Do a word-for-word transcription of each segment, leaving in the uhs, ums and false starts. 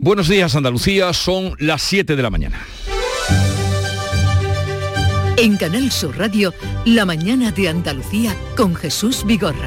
Buenos días, Andalucía, son las siete de la mañana. En Canal Sur Radio, La mañana de Andalucía con Jesús Vigorra.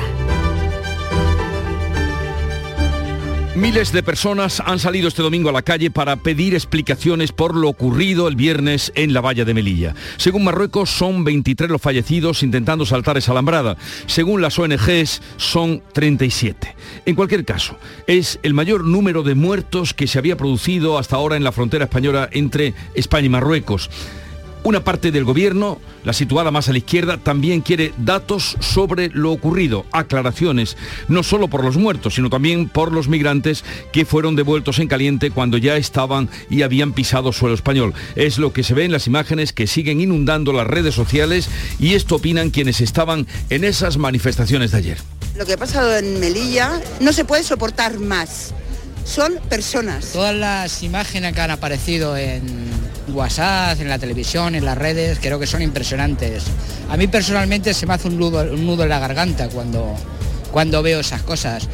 Miles de personas han salido este domingo a la calle para pedir explicaciones por lo ocurrido el viernes en la valla de Melilla. Según Marruecos, son veintitrés los fallecidos intentando saltar esa alambrada. Según las O N Ges, son treinta y siete. En cualquier caso, es el mayor número de muertos que se había producido hasta ahora en la frontera española entre España y Marruecos. Una parte del gobierno, la situada más a la izquierda, también quiere datos sobre lo ocurrido, aclaraciones, no solo por los muertos, sino también por los migrantes que fueron devueltos en caliente cuando ya estaban y habían pisado suelo español. Es lo que se ve en las imágenes que siguen inundando las redes sociales, y esto opinan quienes estaban en esas manifestaciones de ayer. Lo que ha pasado en Melilla no se puede soportar más. Son personas. Todas las imágenes que han aparecido en WhatsApp, en la televisión, en las redes, creo que son impresionantes. A mí personalmente se me hace un nudo, un nudo en la garganta cuando, cuando veo esas cosas.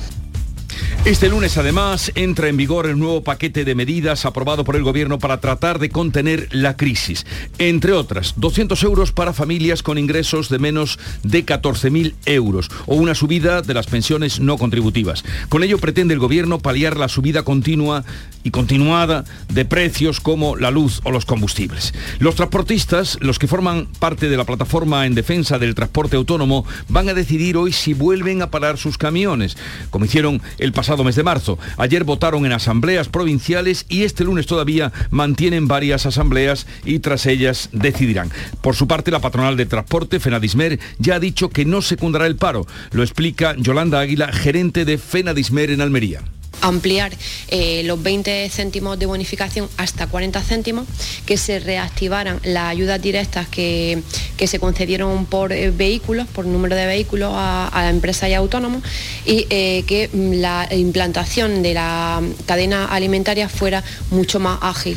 Este lunes, además, entra en vigor el nuevo paquete de medidas aprobado por el Gobierno para tratar de contener la crisis. Entre otras, doscientos euros para familias con ingresos de menos de catorce mil euros o una subida de las pensiones no contributivas. Con ello pretende el Gobierno paliar la subida continua y continuada de precios como la luz o los combustibles. Los transportistas, los que forman parte de la plataforma en defensa del transporte autónomo, van a decidir hoy si vuelven a parar sus camiones, como hicieron el pasado mes de marzo. Ayer votaron en asambleas provinciales y este lunes todavía mantienen varias asambleas y tras ellas decidirán. Por su parte, la patronal de transporte, Fenadismer, ya ha dicho que no secundará el paro. Lo explica Yolanda Águila, gerente de Fenadismer en Almería. Ampliar eh, los veinte céntimos de bonificación hasta cuarenta céntimos, que se reactivaran las ayudas directas que, que se concedieron por eh, vehículos, por número de vehículos a, a empresas y autónomos, y eh, que la implantación de la cadena alimentaria fuera mucho más ágil.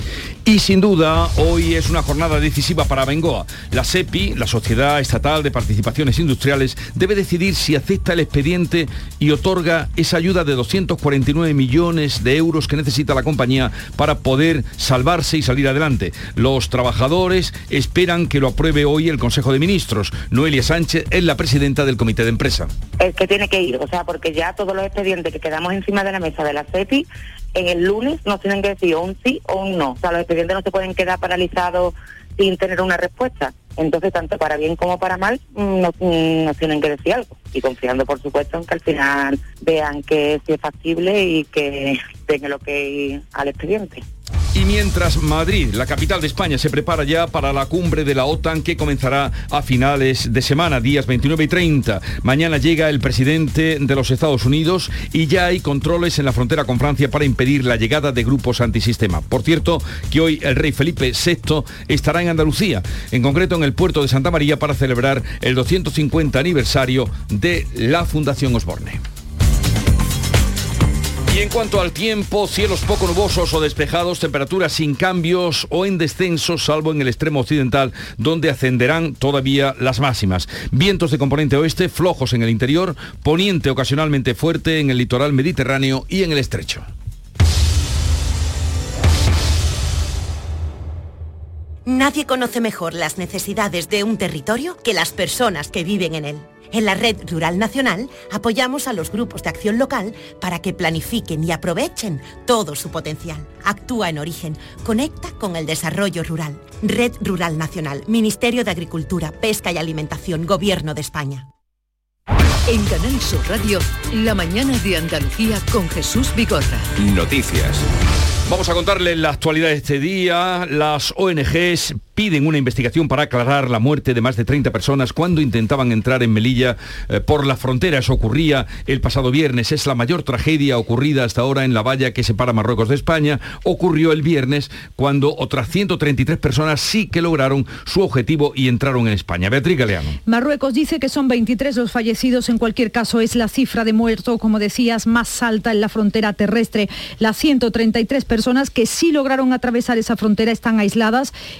Y sin duda, hoy es una jornada decisiva para Bengoa. La SEPI, la Sociedad Estatal de Participaciones Industriales, debe decidir si acepta el expediente y otorga esa ayuda de doscientos cuarenta y nueve millones de euros que necesita la compañía para poder salvarse y salir adelante. Los trabajadores esperan que lo apruebe hoy el Consejo de Ministros. Noelia Sánchez es la presidenta del Comité de Empresa. Es que tiene que ir, o sea, porque ya todos los expedientes que quedamos encima de la mesa de la SEPI, en el lunes nos tienen que decir un sí o un no. O sea, los expedientes no se pueden quedar paralizados sin tener una respuesta. Entonces, tanto para bien como para mal, nos, nos tienen que decir algo. Y confiando, por supuesto, en que al final vean que sí es factible y que tengan lo que al expediente. Y mientras Madrid, la capital de España, se prepara ya para la cumbre de la OTAN que comenzará a finales de semana, días veintinueve y treinta. Mañana llega el presidente de los Estados Unidos y ya hay controles en la frontera con Francia para impedir la llegada de grupos antisistema. Por cierto, que hoy el rey Felipe sexto estará en Andalucía, en concreto en el puerto de Santa María, para celebrar el doscientos cincuenta aniversario de la Fundación Osborne. Y en cuanto al tiempo, cielos poco nubosos o despejados, temperaturas sin cambios o en descenso, salvo en el extremo occidental, donde ascenderán todavía las máximas. Vientos de componente oeste, flojos en el interior, poniente ocasionalmente fuerte en el litoral mediterráneo y en el estrecho. Nadie conoce mejor las necesidades de un territorio que las personas que viven en él. En la Red Rural Nacional apoyamos a los grupos de acción local para que planifiquen y aprovechen todo su potencial. Actúa en origen, conecta con el desarrollo rural. Red Rural Nacional, Ministerio de Agricultura, Pesca y Alimentación, Gobierno de España. En Canal Sur Radio, La mañana de Andalucía con Jesús Vigorra. Noticias. Vamos a contarles la actualidad de este día. Las O N Ges piden una investigación para aclarar la muerte de más de treinta personas cuando intentaban entrar en Melilla eh, por la frontera. Eso ocurría el pasado viernes. Es la mayor tragedia ocurrida hasta ahora en la valla que separa Marruecos de España. Ocurrió el viernes cuando otras ciento treinta y tres personas sí que lograron su objetivo y entraron en España. Beatriz Galeano. Marruecos dice que son veintitrés los fallecidos. En cualquier caso, es la cifra de muertos, como decías, más alta en la frontera terrestre. Las ciento treinta y tres personas que sí lograron atravesar esa frontera están aisladas en las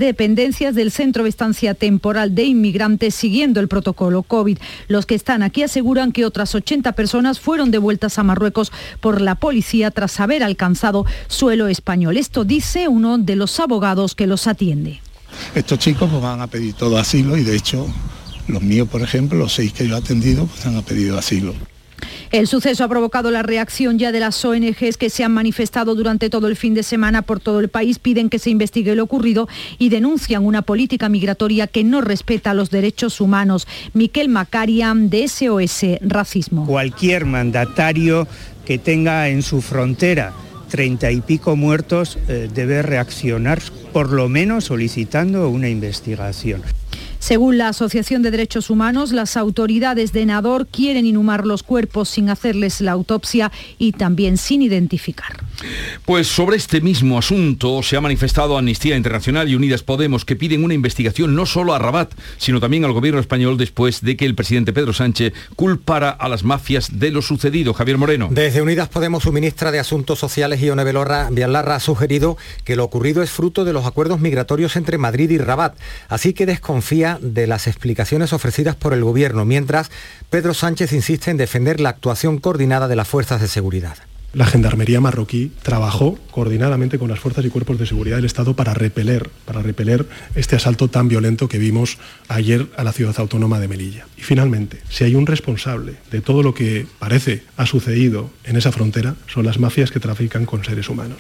dependencias del Centro de Estancia Temporal de Inmigrantes siguiendo el protocolo COVID. Los que están aquí aseguran que otras ochenta personas fueron devueltas a Marruecos por la policía tras haber alcanzado suelo español. Esto dice uno de los abogados que los atiende. Estos chicos pues, van a pedir todo asilo y de hecho los míos, por ejemplo, los seis que yo he atendido, pues han pedido asilo. El suceso ha provocado la reacción ya de las O N Ges que se han manifestado durante todo el fin de semana por todo el país, piden que se investigue lo ocurrido y denuncian una política migratoria que no respeta los derechos humanos. Miquel Macarian, de S O S Racismo. Cualquier mandatario que tenga en su frontera treinta y pico muertos eh, debe reaccionar, por lo menos solicitando una investigación. Según la Asociación de Derechos Humanos, las autoridades de Nador quieren inhumar los cuerpos sin hacerles la autopsia y también sin identificar. Pues sobre este mismo asunto se ha manifestado Amnistía Internacional y Unidas Podemos, que piden una investigación no solo a Rabat, sino también al gobierno español después de que el presidente Pedro Sánchez culpara a las mafias de lo sucedido. Javier Moreno. Desde Unidas Podemos, su ministra de Asuntos Sociales, Ione Belarra, ha sugerido que lo ocurrido es fruto de los acuerdos migratorios entre Madrid y Rabat, así que desconfía de las explicaciones ofrecidas por el gobierno, mientras Pedro Sánchez insiste en defender la actuación coordinada de las fuerzas de seguridad. La Gendarmería marroquí trabajó coordinadamente con las fuerzas y cuerpos de seguridad del Estado para repeler, para repeler este asalto tan violento que vimos ayer a la ciudad autónoma de Melilla. Y finalmente, si hay un responsable de todo lo que parece ha sucedido en esa frontera, son las mafias que trafican con seres humanos.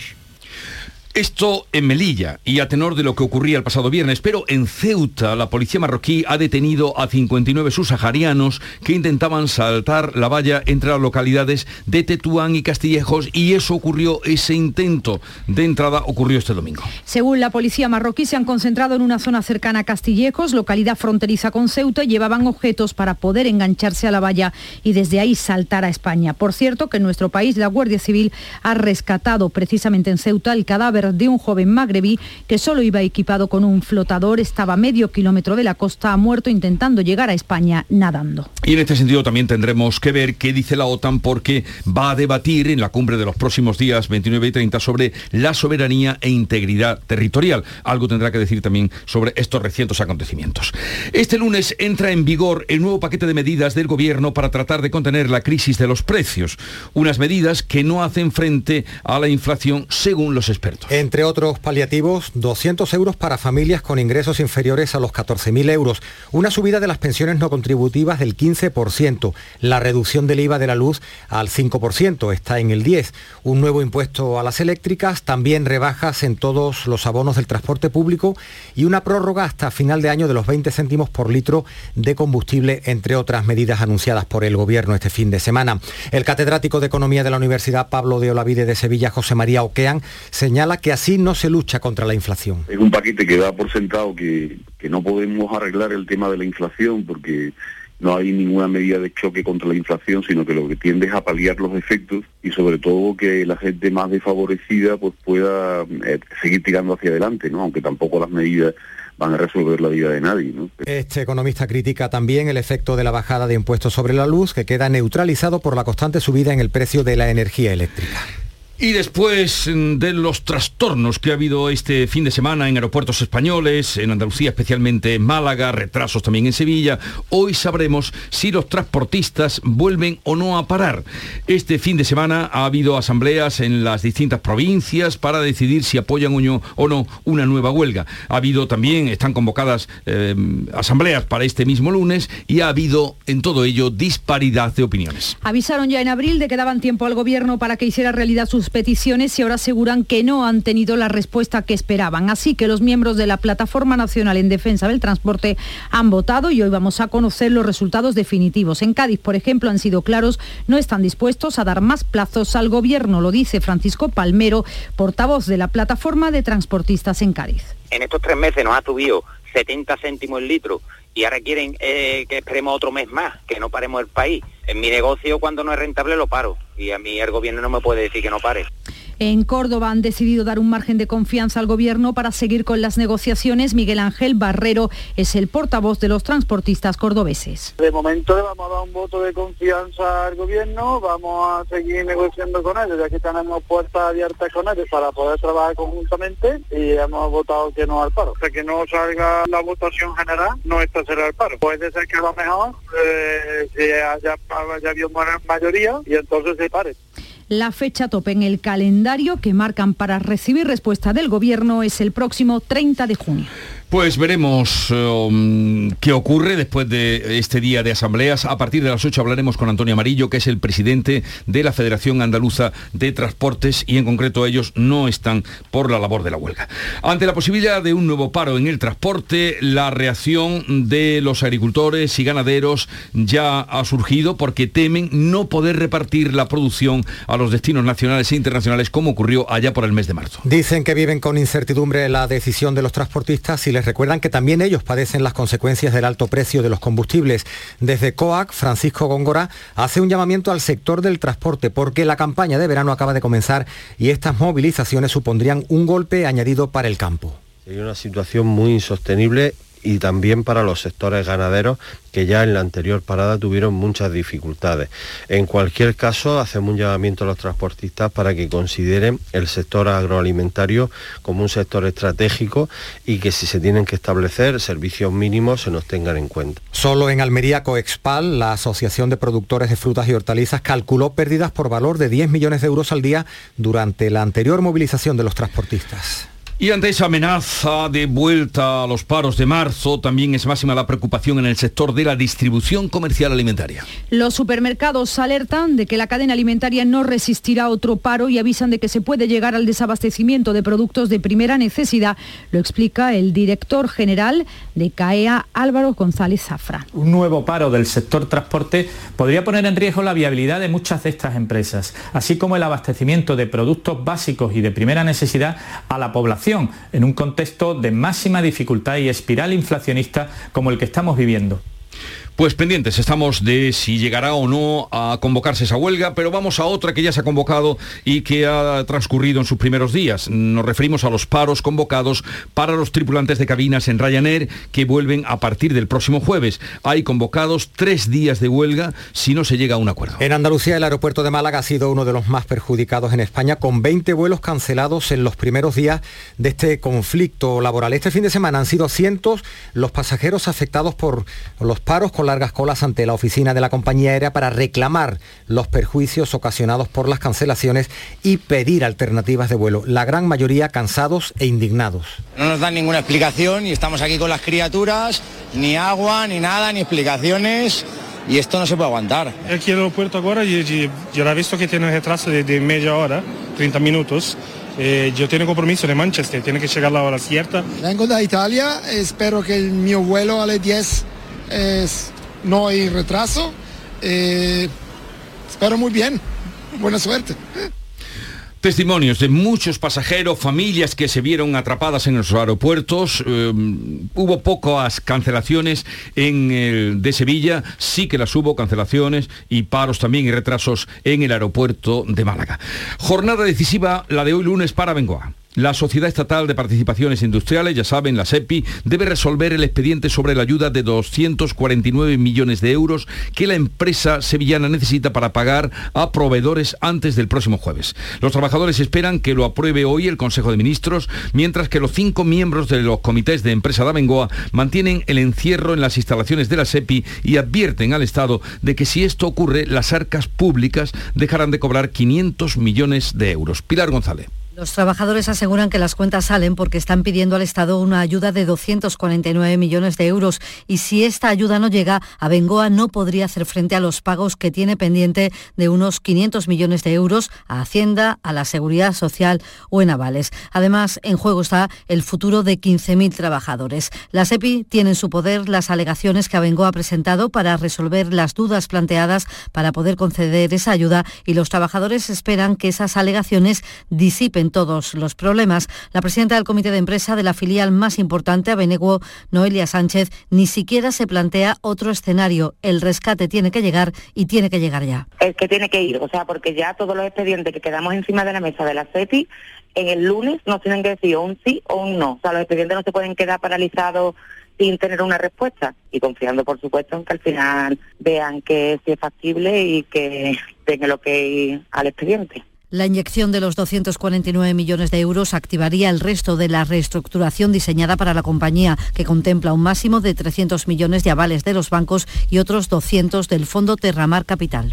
Esto en Melilla y a tenor de lo que ocurría el pasado viernes, pero en Ceuta la policía marroquí ha detenido a cincuenta y nueve subsaharianos que intentaban saltar la valla entre las localidades de Tetuán y Castillejos, y eso ocurrió, ese intento de entrada ocurrió este domingo. Según la policía marroquí, se han concentrado en una zona cercana a Castillejos, localidad fronteriza con Ceuta, y llevaban objetos para poder engancharse a la valla y desde ahí saltar a España. Por cierto, que en nuestro país la Guardia Civil ha rescatado precisamente en Ceuta el cadáver de un joven magrebí que solo iba equipado con un flotador, estaba a medio kilómetro de la costa, ha muerto intentando llegar a España nadando. Y en este sentido también tendremos que ver qué dice la OTAN, porque va a debatir en la cumbre de los próximos días veintinueve y treinta sobre la soberanía e integridad territorial. Algo tendrá que decir también sobre estos recientes acontecimientos. Este lunes entra en vigor el nuevo paquete de medidas del gobierno para tratar de contener la crisis de los precios. Unas medidas que no hacen frente a la inflación según los expertos. Entre otros paliativos, doscientos euros para familias con ingresos inferiores a los catorce mil euros, una subida de las pensiones no contributivas del quince por ciento, la reducción del I V A de la luz al cinco por ciento, está en el diez por ciento, un nuevo impuesto a las eléctricas, también rebajas en todos los abonos del transporte público y una prórroga hasta final de año de los veinte céntimos por litro de combustible, entre otras medidas anunciadas por el gobierno este fin de semana. El catedrático de Economía de la Universidad Pablo de Olavide de Sevilla, José María Oquean, señala que así no se lucha contra la inflación. Es un paquete que da por sentado que, que no podemos arreglar el tema de la inflación porque no hay ninguna medida de choque contra la inflación, sino que lo que tiende es a paliar los efectos y sobre todo que la gente más desfavorecida pues pueda eh, seguir tirando hacia adelante, ¿no? Aunque tampoco las medidas van a resolver la vida de nadie, ¿no? Este economista critica también el efecto de la bajada de impuestos sobre la luz, que queda neutralizado por la constante subida en el precio de la energía eléctrica. Y después de los trastornos que ha habido este fin de semana en aeropuertos españoles, en Andalucía, especialmente en Málaga, retrasos también en Sevilla, hoy sabremos si los transportistas vuelven o no a parar. Este fin de semana ha habido asambleas en las distintas provincias para decidir si apoyan o no una nueva huelga. Ha habido también, están convocadas eh, asambleas para este mismo lunes y ha habido en todo ello disparidad de opiniones. Avisaron ya en abril de que daban tiempo al gobierno para que hiciera realidad sus peticiones y ahora aseguran que no han tenido la respuesta que esperaban. Así que los miembros de la Plataforma Nacional en Defensa del Transporte han votado y hoy vamos a conocer los resultados definitivos. En Cádiz, por ejemplo, han sido claros, no están dispuestos a dar más plazos al gobierno, lo dice Francisco Palmero, portavoz de la Plataforma de Transportistas en Cádiz. En estos tres meses nos ha subido setenta céntimos el litro y ahora quieren eh, que esperemos otro mes más, que no paremos el país. En mi negocio, cuando no es rentable, lo paro. y a mí el gobierno no me puede decir que no pare. En Córdoba han decidido dar un margen de confianza al gobierno para seguir con las negociaciones. Miguel Ángel Barrero es el portavoz de los transportistas cordobeses. De momento le vamos a dar un voto de confianza al gobierno, vamos a seguir negociando con ellos, ya que tenemos puertas abiertas con ellos para poder trabajar conjuntamente y hemos votado que no al paro. Hasta que no salga la votación general, no está será el paro. Puede ser que a lo mejor eh, se haya, haya habido mayoría y entonces se pare. La fecha tope en el calendario que marcan para recibir respuesta del Gobierno es el próximo treinta de junio. Pues veremos um, qué ocurre después de este día de asambleas. A partir de las ocho hablaremos con Antonio Amarillo, que es el presidente de la Federación Andaluza de Transportes, y en concreto ellos no están por la labor de la huelga. Ante la posibilidad de un nuevo paro en el transporte, la reacción de los agricultores y ganaderos ya ha surgido porque temen no poder repartir la producción a los destinos nacionales e internacionales como ocurrió allá por el mes de marzo. Dicen que viven con incertidumbre la decisión de los transportistas y les recuerdan que también ellos padecen las consecuencias del alto precio de los combustibles. Desde C O A C, Francisco Góngora hace un llamamiento al sector del transporte porque la campaña de verano acaba de comenzar y estas movilizaciones supondrían un golpe añadido para el campo. Hay una situación muy insostenible y también para los sectores ganaderos que ya en la anterior parada tuvieron muchas dificultades. En cualquier caso, hacemos un llamamiento a los transportistas para que consideren el sector agroalimentario como un sector estratégico y que si se tienen que establecer servicios mínimos se nos tengan en cuenta. Solo en Almería, Coexpal, la Asociación de Productores de Frutas y Hortalizas, calculó pérdidas por valor de diez millones de euros al día durante la anterior movilización de los transportistas. Y ante esa amenaza de vuelta a los paros de marzo, también es máxima la preocupación en el sector de la distribución comercial alimentaria. Los supermercados alertan de que la cadena alimentaria no resistirá a otro paro y avisan de que se puede llegar al desabastecimiento de productos de primera necesidad. Lo explica el director general de CAEA, Álvaro González Zafra. Un nuevo paro del sector transporte podría poner en riesgo la viabilidad de muchas de estas empresas, así como el abastecimiento de productos básicos y de primera necesidad a la población, en un contexto de máxima dificultad y espiral inflacionista como el que estamos viviendo. Pues pendientes estamos de si llegará o no a convocarse esa huelga, pero vamos a otra que ya se ha convocado y que ha transcurrido en sus primeros días. Nos referimos a los paros convocados para los tripulantes de cabinas en Ryanair, que vuelven a partir del próximo jueves. Hay convocados tres días de huelga si no se llega a un acuerdo. En Andalucía, el aeropuerto de Málaga ha sido uno de los más perjudicados en España, con veinte vuelos cancelados en los primeros días de este conflicto laboral. Este fin de semana han sido cientos los pasajeros afectados por los paros, con largas colas ante la oficina de la compañía aérea para reclamar los perjuicios ocasionados por las cancelaciones y pedir alternativas de vuelo. La gran mayoría cansados e indignados. No nos dan ninguna explicación y estamos aquí con las criaturas, ni agua, ni nada, ni explicaciones. Y esto no se puede aguantar. Aquí en el aeropuerto ahora yo, yo, yo he visto que tiene un retraso de, de media hora, treinta minutos. Eh, yo tengo compromiso de Manchester, tiene que llegar la hora cierta. Vengo de Italia, espero que el mi vuelo a las diez es, no hay retraso. Eh, espero muy bien, buena suerte. Testimonios de muchos pasajeros, familias que se vieron atrapadas en los aeropuertos. Eh, hubo pocas cancelaciones en el de Sevilla, sí que las hubo, cancelaciones y paros también y retrasos en el aeropuerto de Málaga. Jornada decisiva la de hoy lunes para Bengoa. La Sociedad Estatal de Participaciones Industriales, ya saben, la SEPI, debe resolver el expediente sobre la ayuda de doscientos cuarenta y nueve millones de euros que la empresa sevillana necesita para pagar a proveedores antes del próximo jueves. Los trabajadores esperan que lo apruebe hoy el Consejo de Ministros, mientras que los cinco miembros de los comités de empresa de Abengoa mantienen el encierro en las instalaciones de la SEPI y advierten al Estado de que si esto ocurre, las arcas públicas dejarán de cobrar quinientos millones de euros. Pilar González. Los trabajadores aseguran que las cuentas salen porque están pidiendo al Estado una ayuda de doscientos cuarenta y nueve millones de euros y si esta ayuda no llega, Abengoa no podría hacer frente a los pagos que tiene pendiente de unos quinientos millones de euros a Hacienda, a la Seguridad Social o en avales. Además, en juego está el futuro de quince mil trabajadores. La SEPI tiene en su poder las alegaciones que Abengoa ha presentado para resolver las dudas planteadas para poder conceder esa ayuda y los trabajadores esperan que esas alegaciones disipen en todos los problemas. La presidenta del comité de empresa de la filial más importante, Abeneguo, Noelia Sánchez, ni siquiera se plantea otro escenario. El rescate tiene que llegar y tiene que llegar ya. Es que tiene que ir, o sea, porque ya todos los expedientes que quedamos encima de la mesa de la SEPI, en el lunes nos tienen que decir un sí o un no. O sea, los expedientes no se pueden quedar paralizados sin tener una respuesta, y confiando, por supuesto, en que al final vean que sí es factible y que tenga lo que ir al expediente. La inyección de los doscientos cuarenta y nueve millones de euros activaría el resto de la reestructuración diseñada para la compañía, que contempla un máximo de trescientos millones de avales de los bancos y otros doscientos del Fondo Terramar Capital.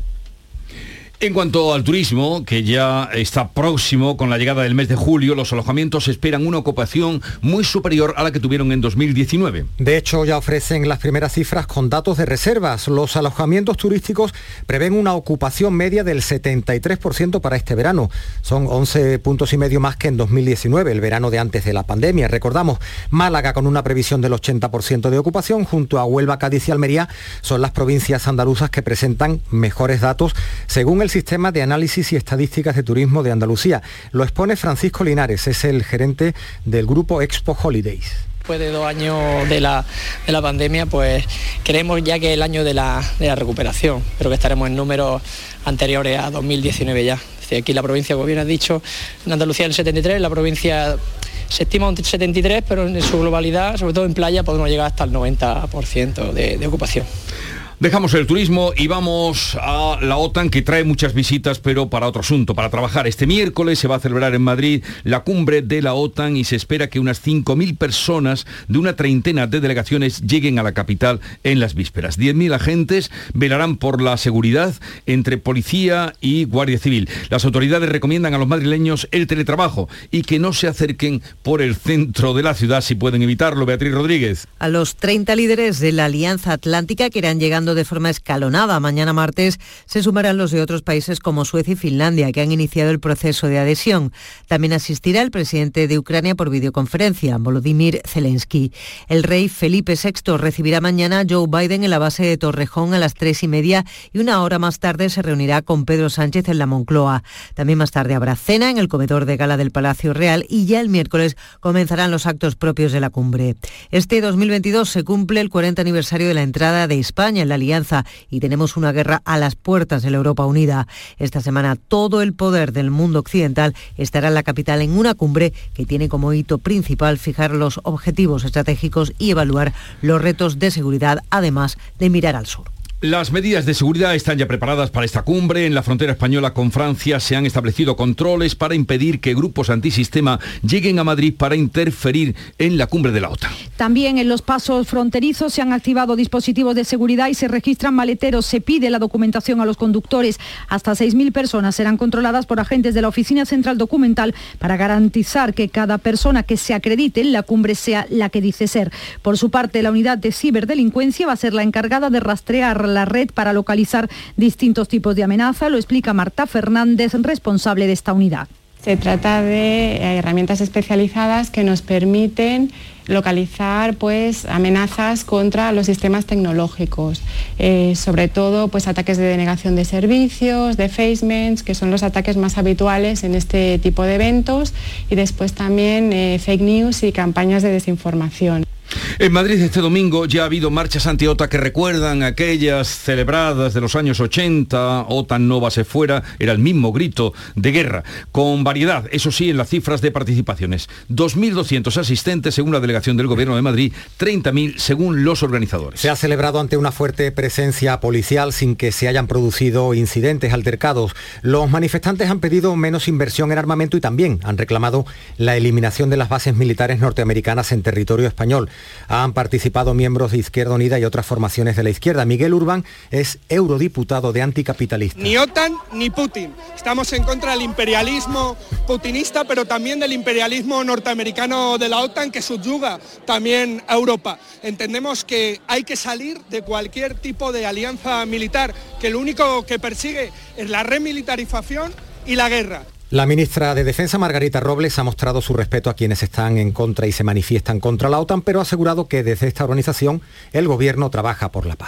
En cuanto al turismo, que ya está próximo con la llegada del mes de julio, los alojamientos esperan una ocupación muy superior a la que tuvieron en dos mil diecinueve. De hecho, ya ofrecen las primeras cifras con datos de reservas. Los alojamientos turísticos prevén una ocupación media del setenta y tres por ciento para este verano. Son once puntos y medio más que en dos mil diecinueve, el verano de antes de la pandemia. Recordamos, Málaga con una previsión del ochenta por ciento de ocupación, junto a Huelva, Cádiz y Almería, son las provincias andaluzas que presentan mejores datos según el Sistema de Análisis y Estadísticas de Turismo de Andalucía. Lo expone Francisco Linares, es el gerente del grupo Expo Holidays. Después de dos años de la, de la pandemia, pues creemos ya que es el año de la, de la recuperación. Creo que estaremos en números anteriores a dos mil diecinueve ya. Es decir, aquí la provincia, como bien has dicho, en Andalucía el setenta y tres, la provincia se estima un setenta y tres, pero en su globalidad, sobre todo en playa, podemos llegar hasta el noventa por ciento de, de ocupación. Dejamos el turismo y vamos a la OTAN, que trae muchas visitas, pero para otro asunto, para trabajar. Este miércoles se va a celebrar en Madrid la cumbre de la OTAN y se espera que unas cinco mil personas de una treintena de delegaciones lleguen a la capital en las vísperas. diez mil agentes velarán por la seguridad entre policía y guardia civil. Las autoridades recomiendan a los madrileños el teletrabajo y que no se acerquen por el centro de la ciudad si pueden evitarlo. Beatriz Rodríguez. A los treinta líderes de la Alianza Atlántica que irán llegando de forma escalonada mañana martes se sumarán los de otros países como Suecia y Finlandia, que han iniciado el proceso de adhesión. También asistirá el presidente de Ucrania por videoconferencia, Volodymyr Zelensky. El rey Felipe sexto recibirá mañana a Joe Biden en la base de Torrejón a las tres y media y una hora más tarde se reunirá con Pedro Sánchez en la Moncloa. También más tarde habrá cena en el comedor de gala del Palacio Real y ya el miércoles comenzarán los actos propios de la cumbre. Este dos mil veintidós se cumple el cuarenta aniversario de la entrada de España en la Alianza y tenemos una guerra a las puertas de la Europa unida. Esta semana todo el poder del mundo occidental estará en la capital en una cumbre que tiene como hito principal fijar los objetivos estratégicos y evaluar los retos de seguridad, además de mirar al sur. Las medidas de seguridad están ya preparadas para esta cumbre. En la frontera española con Francia se han establecido controles para impedir que grupos antisistema lleguen a Madrid para interferir en la cumbre de la OTAN. También en los pasos fronterizos se han activado dispositivos de seguridad y se registran maleteros. Se pide la documentación a los conductores. Hasta seis mil personas serán controladas por agentes de la Oficina Central Documental para garantizar que cada persona que se acredite en la cumbre sea la que dice ser. Por su parte, la unidad de ciberdelincuencia va a ser la encargada de rastrear la red para localizar distintos tipos de amenaza. Lo explica Marta Fernández, responsable de esta unidad. Se trata de herramientas especializadas que nos permiten localizar pues, amenazas contra los sistemas tecnológicos, eh, sobre todo pues, ataques de denegación de servicios, defacements, que son los ataques más habituales en este tipo de eventos, y después también eh, fake news y campañas de desinformación. En Madrid este domingo ya ha habido marchas anti-OTAN que recuerdan aquellas celebradas de los años ochenta, OTAN no base fuera, era el mismo grito de guerra, con variedad, eso sí, en las cifras de participaciones. dos mil doscientos asistentes según la delegación del Gobierno de Madrid, treinta mil según los organizadores. Se ha celebrado ante una fuerte presencia policial sin que se hayan producido incidentes, altercados. Los manifestantes han pedido menos inversión en armamento y también han reclamado la eliminación de las bases militares norteamericanas en territorio español. Han participado miembros de Izquierda Unida y otras formaciones de la izquierda. Miguel Urbán es eurodiputado de Anticapitalista. Ni OTAN ni Putin. Estamos en contra del imperialismo putinista, pero también del imperialismo norteamericano de la OTAN que subyuga también a Europa. Entendemos que hay que salir de cualquier tipo de alianza militar, que lo único que persigue es la remilitarización y la guerra. La ministra de Defensa, Margarita Robles, ha mostrado su respeto a quienes están en contra y se manifiestan contra la OTAN, pero ha asegurado que desde esta organización el Gobierno trabaja por la paz.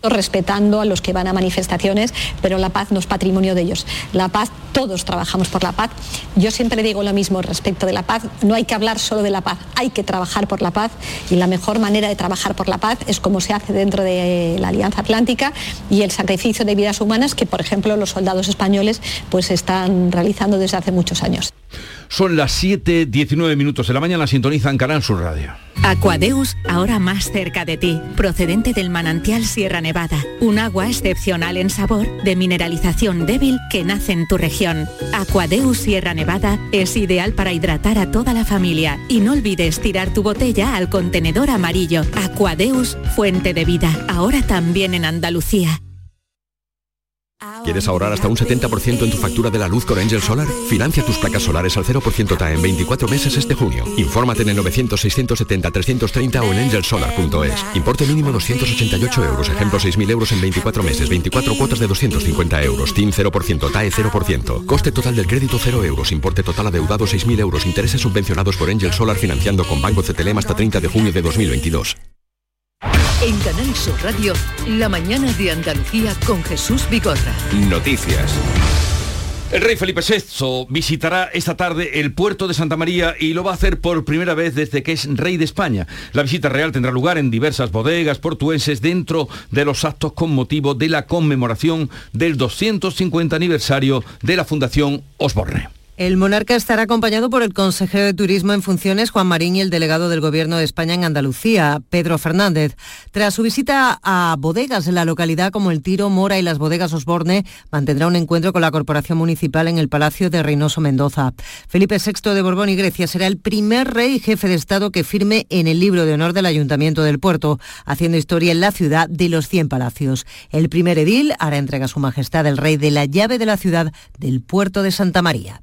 respetando a los que van a manifestaciones, pero la paz no es patrimonio de ellos. La paz, todos trabajamos por la paz. Yo siempre digo lo mismo respecto de la paz, no hay que hablar solo de la paz, hay que trabajar por la paz, y la mejor manera de trabajar por la paz es como se hace dentro de la Alianza Atlántica, y el sacrificio de vidas humanas que, por ejemplo, los soldados españoles pues están realizando desde hace muchos años. Son las siete diecinueve minutos de la mañana, sintonizan Canal Sur Radio. Aquadeus, ahora más cerca de ti, procedente del manantial Sierra Nevada, un agua excepcional en sabor, de mineralización débil que nace en tu región. Aquadeus Sierra Nevada es ideal para hidratar a toda la familia, y no olvides tirar tu botella al contenedor amarillo. Aquadeus, fuente de vida, ahora también en Andalucía. ¿Quieres ahorrar hasta un setenta por ciento en tu factura de la luz con Angel Solar? Financia tus placas solares al cero por ciento T A E en veinticuatro meses este junio. Infórmate en el novecientos, seiscientos setenta, trescientos treinta o en angel solar punto es. Importe mínimo doscientos ochenta y ocho euros. Ejemplo, seis mil euros en veinticuatro meses. veinticuatro cuotas de doscientos cincuenta euros. T I N cero por ciento, T A E cero por ciento. Coste total del crédito cero euros. Importe total adeudado seis mil euros. Intereses subvencionados por Angel Solar financiando con Banco C T L M hasta treinta de junio de dos mil veintidós. En Canal Sur Radio, la mañana de Andalucía con Jesús Vigorra. Noticias. El rey Felipe sexto visitará esta tarde el puerto de Santa María y lo va a hacer por primera vez desde que es rey de España. La visita real tendrá lugar en diversas bodegas portuenses dentro de los actos con motivo de la conmemoración del doscientos cincuenta aniversario de la Fundación Osborne. El monarca estará acompañado por el consejero de Turismo en funciones, Juan Marín, y el delegado del Gobierno de España en Andalucía, Pedro Fernández. Tras su visita a bodegas en la localidad como El Tiro, Mora y las bodegas Osborne, mantendrá un encuentro con la Corporación Municipal en el Palacio de Reynoso Mendoza. Felipe sexto de Borbón y Grecia será el primer rey jefe de Estado que firme en el libro de honor del Ayuntamiento del Puerto, haciendo historia en la ciudad de los cien palacios. El primer edil hará entrega a Su Majestad el Rey de la llave de la ciudad del Puerto de Santa María.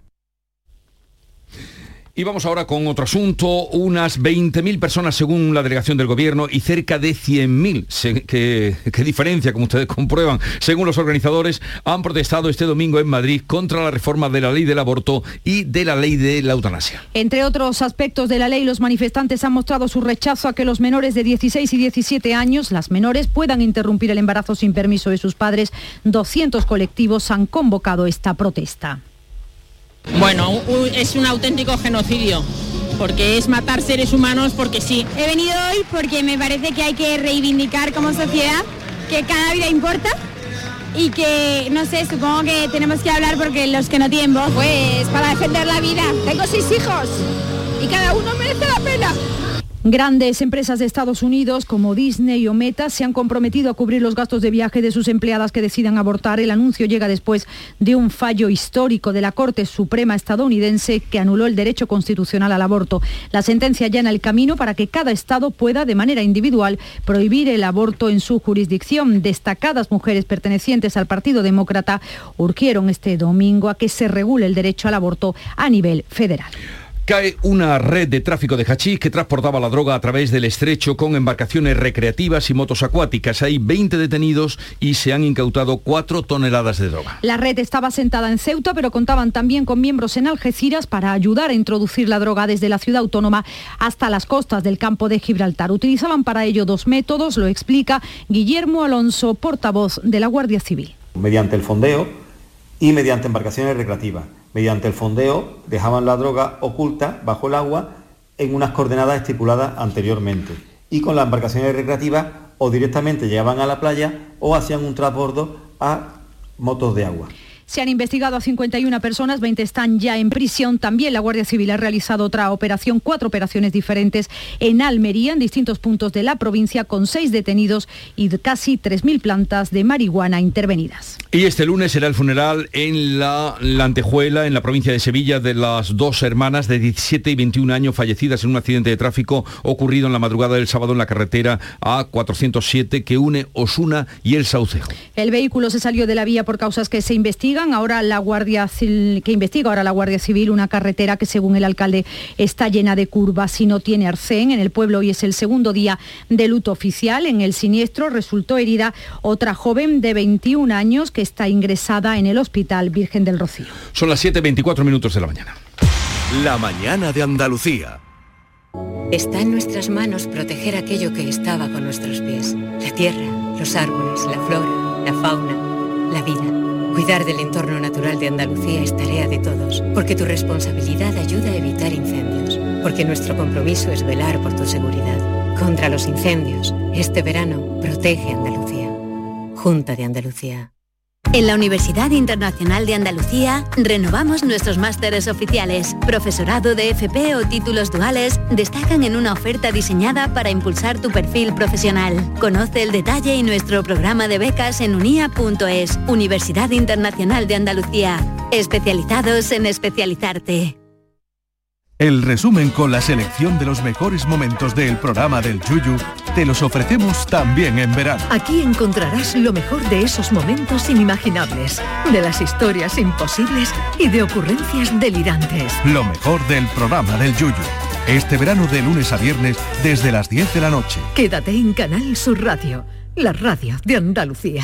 Y vamos ahora con otro asunto. Unas veinte mil personas según la delegación del Gobierno y cerca de cien mil, que, que diferencia, como ustedes comprueban, según los organizadores, han protestado este domingo en Madrid contra la reforma de la ley del aborto y de la ley de la eutanasia. Entre otros aspectos de la ley, los manifestantes han mostrado su rechazo a que los menores de dieciséis y diecisiete años, las menores, puedan interrumpir el embarazo sin permiso de sus padres. doscientos colectivos han convocado esta protesta. Bueno, es un auténtico genocidio, porque es matar seres humanos porque sí. He venido hoy porque me parece que hay que reivindicar como sociedad que cada vida importa y que, no sé, supongo que tenemos que hablar porque los que no tienen voz. Pues para defender la vida. Tengo seis hijos y cada uno merece la pena. Grandes empresas de Estados Unidos como Disney o Meta se han comprometido a cubrir los gastos de viaje de sus empleadas que decidan abortar. El anuncio llega después de un fallo histórico de la Corte Suprema estadounidense que anuló el derecho constitucional al aborto. La sentencia allana el camino para que cada estado pueda, de manera individual, prohibir el aborto en su jurisdicción. Destacadas mujeres pertenecientes al Partido Demócrata urgieron este domingo a que se regule el derecho al aborto a nivel federal. Cae una red de tráfico de hachís que transportaba la droga a través del estrecho con embarcaciones recreativas y motos acuáticas. Hay veinte detenidos y se han incautado cuatro toneladas de droga. La red estaba sentada en Ceuta, pero contaban también con miembros en Algeciras para ayudar a introducir la droga desde la ciudad autónoma hasta las costas del campo de Gibraltar. Utilizaban para ello dos métodos, lo explica Guillermo Alonso, portavoz de la Guardia Civil. Mediante el fondeo y mediante embarcaciones recreativas. Mediante el fondeo dejaban la droga oculta bajo el agua en unas coordenadas estipuladas anteriormente. Y con las embarcaciones recreativas o directamente llegaban a la playa o hacían un transbordo a motos de agua. Se han investigado a cincuenta y una personas, veinte están ya en prisión. También la Guardia Civil ha realizado otra operación, cuatro operaciones diferentes en Almería, en distintos puntos de la provincia, con seis detenidos y casi tres mil plantas de marihuana intervenidas. Y este lunes será el funeral en la, la Antejuela, en la provincia de Sevilla, de las dos hermanas de diecisiete y veintiún años fallecidas en un accidente de tráfico ocurrido en la madrugada del sábado en la carretera A cuatrocientos siete que une Osuna y El Saucejo. El vehículo se salió de la vía por causas que se investigan. Ahora la Guardia Civil, que investiga ahora la Guardia Civil, una carretera que según el alcalde está llena de curvas y no tiene arcén. En el pueblo hoy es el segundo día de luto oficial. En el siniestro resultó herida otra joven de veintiún años que está ingresada en el Hospital Virgen del Rocío. Son las siete y veinticuatro minutos de la mañana. La mañana de Andalucía. Está en nuestras manos proteger aquello que estaba con nuestros pies, la tierra, los árboles, la flora, la fauna, la vida. Cuidar del entorno natural de Andalucía es tarea de todos, porque tu responsabilidad ayuda a evitar incendios, porque nuestro compromiso es velar por tu seguridad. Contra los incendios, este verano, protege Andalucía. Junta de Andalucía. En la Universidad Internacional de Andalucía renovamos nuestros másteres oficiales. Profesorado de F P o títulos duales destacan en una oferta diseñada para impulsar tu perfil profesional. Conoce el detalle y nuestro programa de becas en unia punto es. Universidad Internacional de Andalucía. Especializados en especializarte. El resumen con la selección de los mejores momentos del programa del Yuyu te los ofrecemos también en verano. Aquí encontrarás lo mejor de esos momentos inimaginables, de las historias imposibles y de ocurrencias delirantes. Lo mejor del programa del Yuyu. Este verano de lunes a viernes desde las diez de la noche. Quédate en Canal Sur Radio, la radio de Andalucía.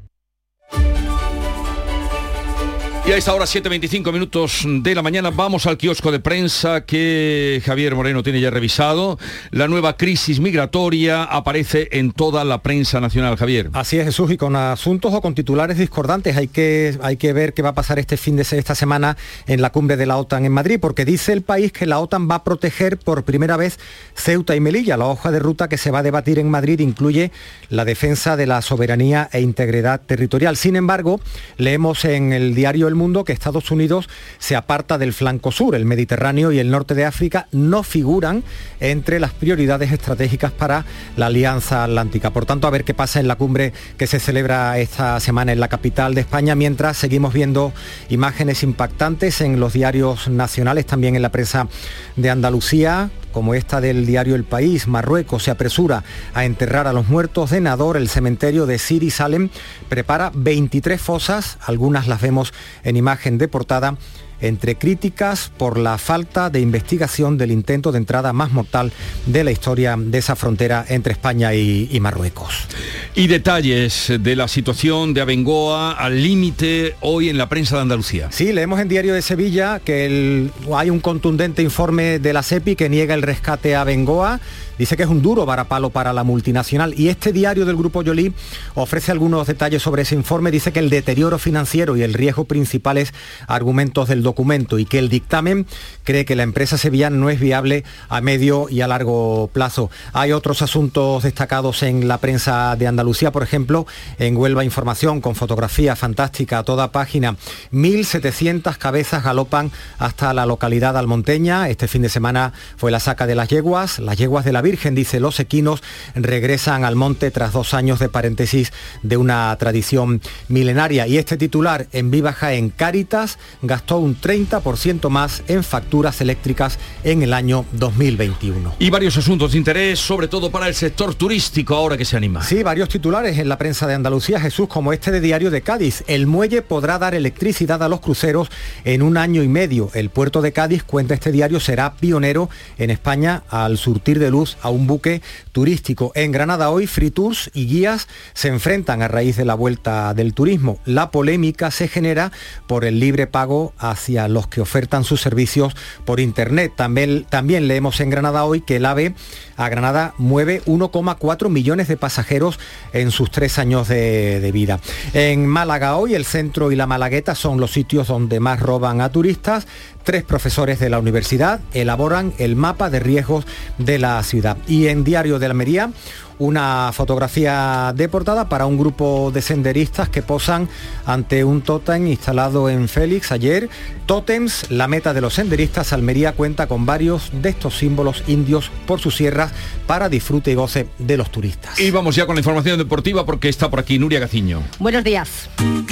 Y a esta hora, siete veinticinco minutos de la mañana, vamos al kiosco de prensa que Javier Moreno tiene ya revisado. La nueva crisis migratoria aparece en toda la prensa nacional, Javier. Así es, Jesús, y con asuntos o con titulares discordantes. Hay que, hay que ver qué va a pasar este fin de esta semana en la cumbre de la OTAN en Madrid, porque dice el país que la OTAN va a proteger por primera vez Ceuta y Melilla. La hoja de ruta que se va a debatir en Madrid incluye la defensa de la soberanía e integridad territorial. Sin embargo, leemos en el diario El Mundo que Estados Unidos se aparta del flanco sur. El Mediterráneo y el norte de África no figuran entre las prioridades estratégicas para la Alianza Atlántica. Por tanto, a ver qué pasa en la cumbre que se celebra esta semana en la capital de España, mientras seguimos viendo imágenes impactantes en los diarios nacionales, también en la prensa de Andalucía, como esta del diario El País. Marruecos se apresura a enterrar a los muertos de Nador. El cementerio de Siri Salem prepara veintitrés fosas, algunas las vemos en imagen de portada, entre críticas por la falta de investigación del intento de entrada más mortal de la historia de esa frontera entre España y, y Marruecos. Y detalles de la situación de Abengoa al límite hoy en la prensa de Andalucía. Sí, leemos en Diario de Sevilla que el, hay un contundente informe de la SEPI que niega el rescate a Abengoa. Dice que es un duro varapalo para la multinacional, y este diario del Grupo Yolí ofrece algunos detalles sobre ese informe. Dice que el deterioro financiero y el riesgo principales argumentos del documento, y que el dictamen cree que la empresa sevillana no es viable a medio y a largo plazo. Hay otros asuntos destacados en la prensa de Andalucía, por ejemplo, en Huelva Información, con fotografía fantástica a toda página. mil setecientas cabezas galopan hasta la localidad almonteña. Este fin de semana fue la saca de las yeguas, las yeguas de la Virgen, dice, los equinos regresan al monte tras dos años de paréntesis de una tradición milenaria. Y este titular, en Viva Jaén, Cáritas gastó un treinta por ciento más en facturas eléctricas en el año dos mil veintiuno. Y varios asuntos de interés, sobre todo para el sector turístico, ahora que se anima. Sí, varios titulares en la prensa de Andalucía, Jesús, como este de Diario de Cádiz. El muelle podrá dar electricidad a los cruceros en un año y medio. El puerto de Cádiz, cuenta este diario, será pionero en España al surtir de luz a un buque turístico. En Granada hoy, Free Tours y guías se enfrentan a raíz de la vuelta del turismo. La polémica se genera por el libre pago hacia los que ofertan sus servicios por internet. También, también leemos en Granada hoy que el AVE a Granada mueve uno coma cuatro millones de pasajeros en sus tres años de, de vida. En Málaga hoy, el centro y la Malagueta son los sitios donde más roban a turistas. Tres profesores de la universidad elaboran el mapa de riesgos de la ciudad. Y en Diario de Almería, una fotografía de portada para un grupo de senderistas que posan ante un tótem instalado en Félix ayer. Tótems, la meta de los senderistas. Almería cuenta con varios de estos símbolos indios por sus sierras para disfrute y goce de los turistas. Y vamos ya con la información deportiva porque está por aquí Nuria Gaciño. Buenos días.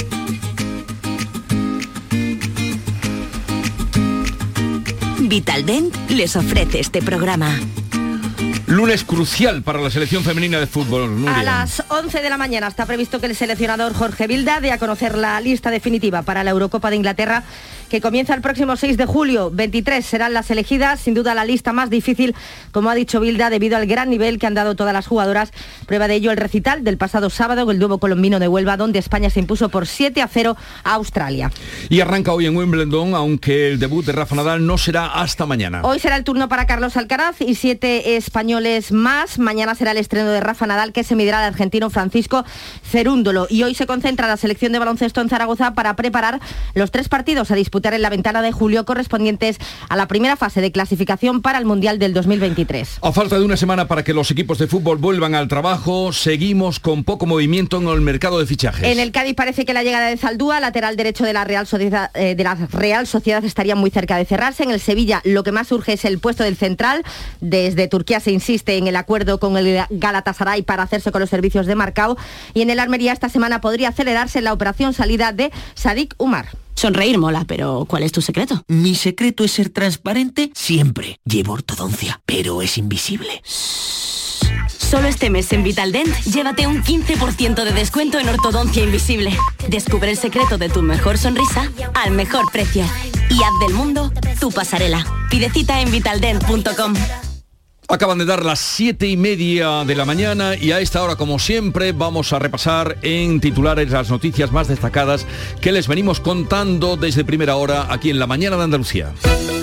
Vitaldent les ofrece este programa. Lunes crucial para la selección femenina de fútbol, Nuria. A las once de la mañana está previsto que el seleccionador Jorge Vilda dé a conocer la lista definitiva para la Eurocopa de Inglaterra, que comienza el próximo seis de julio. veintitrés serán las elegidas, sin duda la lista más difícil, como ha dicho Vilda, debido al gran nivel que han dado todas las jugadoras. Prueba de ello el recital del pasado sábado, el Duomo Colombino de Huelva, donde España se impuso por siete a cero a Australia. Y arranca hoy en Wimbledon, aunque el debut de Rafa Nadal no será hasta mañana. Hoy será el turno para Carlos Alcaraz y siete españoles españoles más. Mañana será el estreno de Rafa Nadal, que se medirá al argentino Francisco Cerúndolo. Y hoy se concentra la selección de baloncesto en Zaragoza para preparar los tres partidos a disputar en la ventana de julio correspondientes a la primera fase de clasificación para el Mundial del dos mil veintitrés. A falta de una semana para que los equipos de fútbol vuelvan al trabajo, seguimos con poco movimiento en el mercado de fichajes. En el Cádiz parece que la llegada de Zaldúa, lateral derecho de la Real Sociedad, eh, de la Real Sociedad, estaría muy cerca de cerrarse. En el Sevilla lo que más urge es el puesto del central. Desde Turquía se insiste en el acuerdo con el Galatasaray para hacerse con los servicios de Marcao. Y en el Almería esta semana podría acelerarse la operación salida de Sadik Umar. Sonreír mola, pero ¿cuál es tu secreto? Mi secreto es ser transparente siempre. Llevo ortodoncia, pero es invisible. Solo este mes en Vitaldent, llévate un quince por ciento de descuento en ortodoncia invisible. Descubre el secreto de tu mejor sonrisa al mejor precio. Y haz del mundo tu pasarela. Pide cita en vitaldent punto com. Acaban de dar las siete y media de la mañana y a esta hora, como siempre, vamos a repasar en titulares las noticias más destacadas que les venimos contando desde primera hora aquí en La Mañana de Andalucía.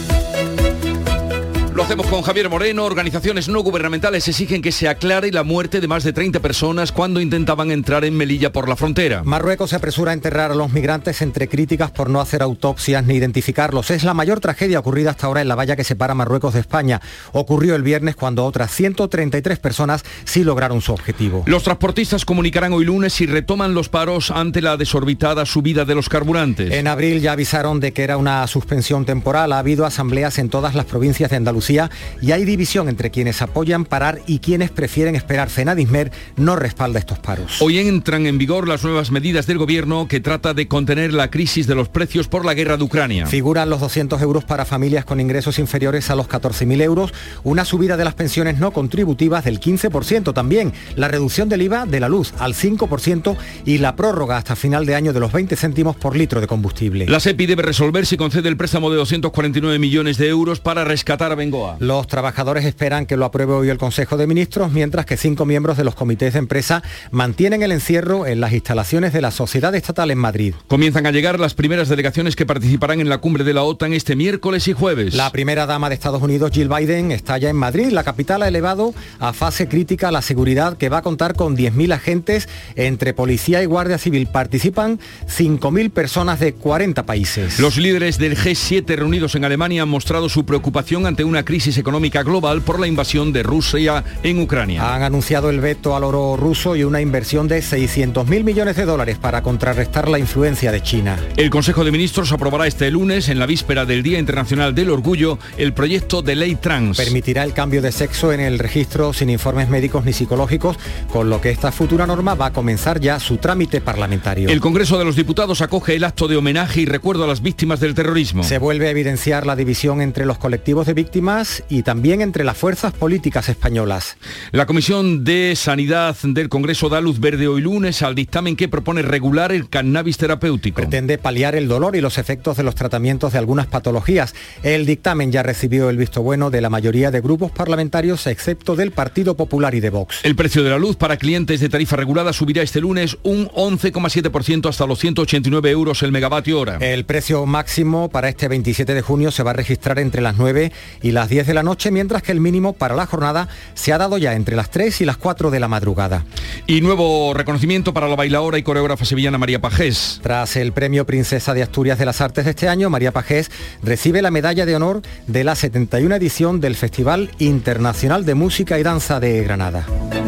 Lo hacemos con Javier Moreno. Organizaciones no gubernamentales exigen que se aclare la muerte de más de treinta personas cuando intentaban entrar en Melilla por la frontera. Marruecos se apresura a enterrar a los migrantes entre críticas por no hacer autopsias ni identificarlos. Es la mayor tragedia ocurrida hasta ahora en la valla que separa Marruecos de España. Ocurrió el viernes cuando otras ciento treinta y tres personas sí lograron su objetivo. Los transportistas comunicarán hoy lunes si retoman los paros ante la desorbitada subida de los carburantes. En abril ya avisaron de que era una suspensión temporal. Ha habido asambleas en todas las provincias de Andalucía y hay división entre quienes apoyan parar y quienes prefieren esperar. Fenadismer no respalda estos paros. Hoy entran en vigor las nuevas medidas del gobierno que trata de contener la crisis de los precios por la guerra de Ucrania. Figuran los doscientos euros para familias con ingresos inferiores a los catorce mil euros, una subida de las pensiones no contributivas del quince por ciento, también la reducción del I V A de la luz al cinco por ciento y la prórroga hasta final de año de los veinte céntimos por litro de combustible. La SEPI debe resolver si concede el préstamo de doscientos cuarenta y nueve millones de euros para rescatar a Bengoa. Los trabajadores esperan que lo apruebe hoy el Consejo de Ministros, mientras que cinco miembros de los comités de empresa mantienen el encierro en las instalaciones de la Sociedad Estatal en Madrid. Comienzan a llegar las primeras delegaciones que participarán en la cumbre de la OTAN este miércoles y jueves. La primera dama de Estados Unidos, Jill Biden, está ya en Madrid. La capital ha elevado a fase crítica la seguridad, que va a contar con diez mil agentes entre policía y guardia civil. Participan cinco mil personas de cuarenta países. Los líderes del G siete reunidos en Alemania han mostrado su preocupación ante una crisis económica global por la invasión de Rusia en Ucrania. Han anunciado el veto al oro ruso y una inversión de seiscientos mil millones de dólares para contrarrestar la influencia de China. El Consejo de Ministros aprobará este lunes, en la víspera del Día Internacional del Orgullo, el proyecto de ley trans. Permitirá el cambio de sexo en el registro sin informes médicos ni psicológicos, con lo que esta futura norma va a comenzar ya su trámite parlamentario. El Congreso de los Diputados acoge el acto de homenaje y recuerdo a las víctimas del terrorismo. Se vuelve a evidenciar la división entre los colectivos de víctimas y también entre las fuerzas políticas españolas. La Comisión de Sanidad del Congreso da luz verde hoy lunes al dictamen que propone regular el cannabis terapéutico. Pretende paliar el dolor y los efectos de los tratamientos de algunas patologías. El dictamen ya recibió el visto bueno de la mayoría de grupos parlamentarios, excepto del Partido Popular y de Vox. El precio de la luz para clientes de tarifa regulada subirá este lunes un once coma siete por ciento hasta los ciento ochenta y nueve euros el megavatio hora. El precio máximo para este veintisiete de junio se va a registrar entre las nueve y las diez de la noche, mientras que el mínimo para la jornada se ha dado ya entre las tres y las cuatro de la madrugada. Y nuevo reconocimiento para la bailaora y coreógrafa sevillana María Pajés. Tras el premio Princesa de Asturias de las Artes de este año, María Pajés recibe la medalla de honor de la setenta y una edición del Festival Internacional de Música y Danza de Granada.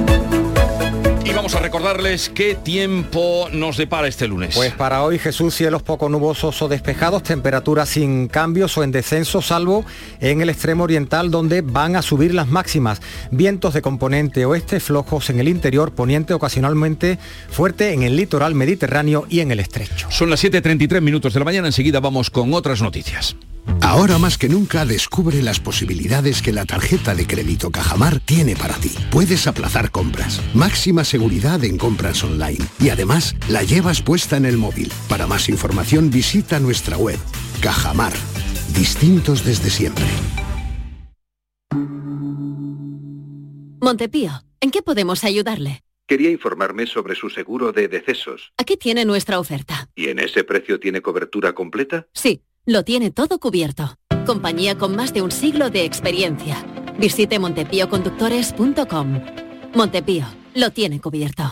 Y vamos a recordarles qué tiempo nos depara este lunes. Pues para hoy, Jesús, cielos poco nubosos o despejados, temperaturas sin cambios o en descenso, salvo en el extremo oriental, donde van a subir las máximas. Vientos de componente oeste flojos en el interior, poniente ocasionalmente fuerte en el litoral mediterráneo y en el estrecho. Son las siete y treinta y tres minutos de la mañana, enseguida vamos con otras noticias. Ahora más que nunca descubre las posibilidades que la tarjeta de crédito Cajamar tiene para ti. Puedes aplazar compras, máxima seguridad en compras online y además la llevas puesta en el móvil. Para más información visita nuestra web. Cajamar, distintos desde siempre. Montepío, ¿en qué podemos ayudarle? Quería informarme sobre su seguro de decesos. Aquí tiene nuestra oferta. ¿Y en ese precio tiene cobertura completa? Sí, lo tiene todo cubierto. Compañía con más de un siglo de experiencia. Visite montepío conductores punto com. Montepío, lo tiene cubierto.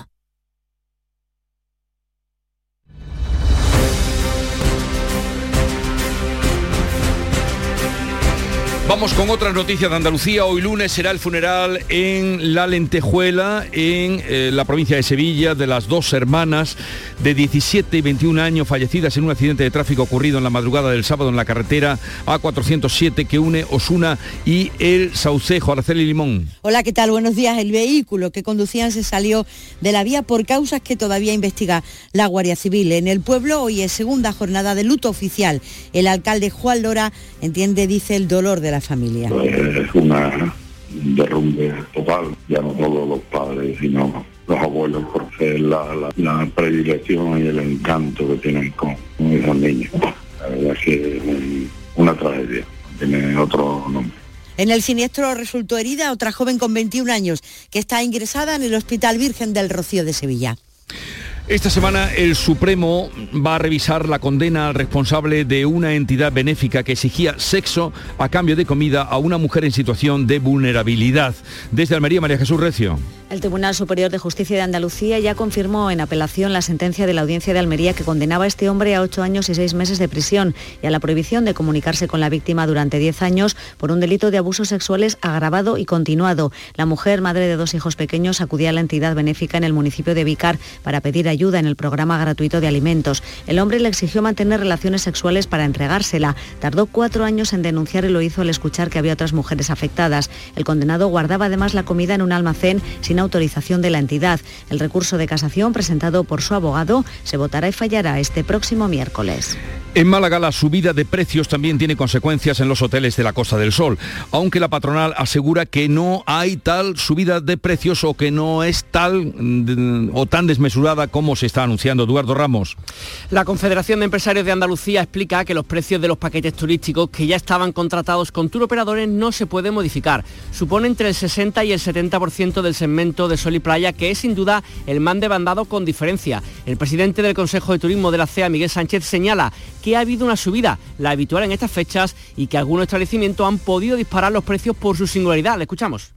Vamos con otras noticias de Andalucía. Hoy lunes será el funeral en La Lentejuela, en eh, la provincia de Sevilla, de las dos hermanas de diecisiete y veintiún años fallecidas en un accidente de tráfico ocurrido en la madrugada del sábado en la carretera A cuatrocientos siete que une Osuna y El Saucejo. Araceli Limón. Hola, ¿qué tal? Buenos días. El vehículo que conducían se salió de la vía por causas que todavía investiga la Guardia Civil. En el pueblo hoy es segunda jornada de luto oficial. El alcalde Juan Lora entiende, dice, el dolor de la familia. Es una derrumbe total, ya no todos los padres, sino los abuelos, porque la, la, la predilección y el encanto que tienen con, con esos niños. La verdad es que es una tragedia, tiene otro nombre. En el siniestro resultó herida otra joven con veintiún años, que está ingresada en el Hospital Virgen del Rocío de Sevilla. Esta semana el Supremo va a revisar la condena al responsable de una entidad benéfica que exigía sexo a cambio de comida a una mujer en situación de vulnerabilidad. Desde Almería, María Jesús Recio. El Tribunal Superior de Justicia de Andalucía ya confirmó en apelación la sentencia de la Audiencia de Almería que condenaba a este hombre a ocho años y seis meses de prisión y a la prohibición de comunicarse con la víctima durante diez años por un delito de abusos sexuales agravado y continuado. La mujer, madre de dos hijos pequeños, acudía a la entidad benéfica en el municipio de Vícar para pedir ayuda en el programa gratuito de alimentos. El hombre le exigió mantener relaciones sexuales para entregársela. Tardó cuatro años en denunciar y lo hizo al escuchar que había otras mujeres afectadas. El condenado guardaba además la comida en un almacén sin autorización de la entidad. El recurso de casación presentado por su abogado se votará y fallará este próximo miércoles. En Málaga la subida de precios también tiene consecuencias en los hoteles de la Costa del Sol, aunque la patronal asegura que no hay tal subida de precios o que no es tal o tan desmesurada como se está anunciando. Eduardo Ramos. La Confederación de Empresarios de Andalucía explica que los precios de los paquetes turísticos que ya estaban contratados con turoperadores no se pueden modificar. Supone entre el sesenta y el setenta por ciento del segmento de Sol y Playa, que es sin duda el más demandado con diferencia. El presidente del Consejo de Turismo de la C E A, Miguel Sánchez, señala que ha habido una subida, la habitual en estas fechas, y que algunos establecimientos han podido disparar los precios por su singularidad. Le escuchamos.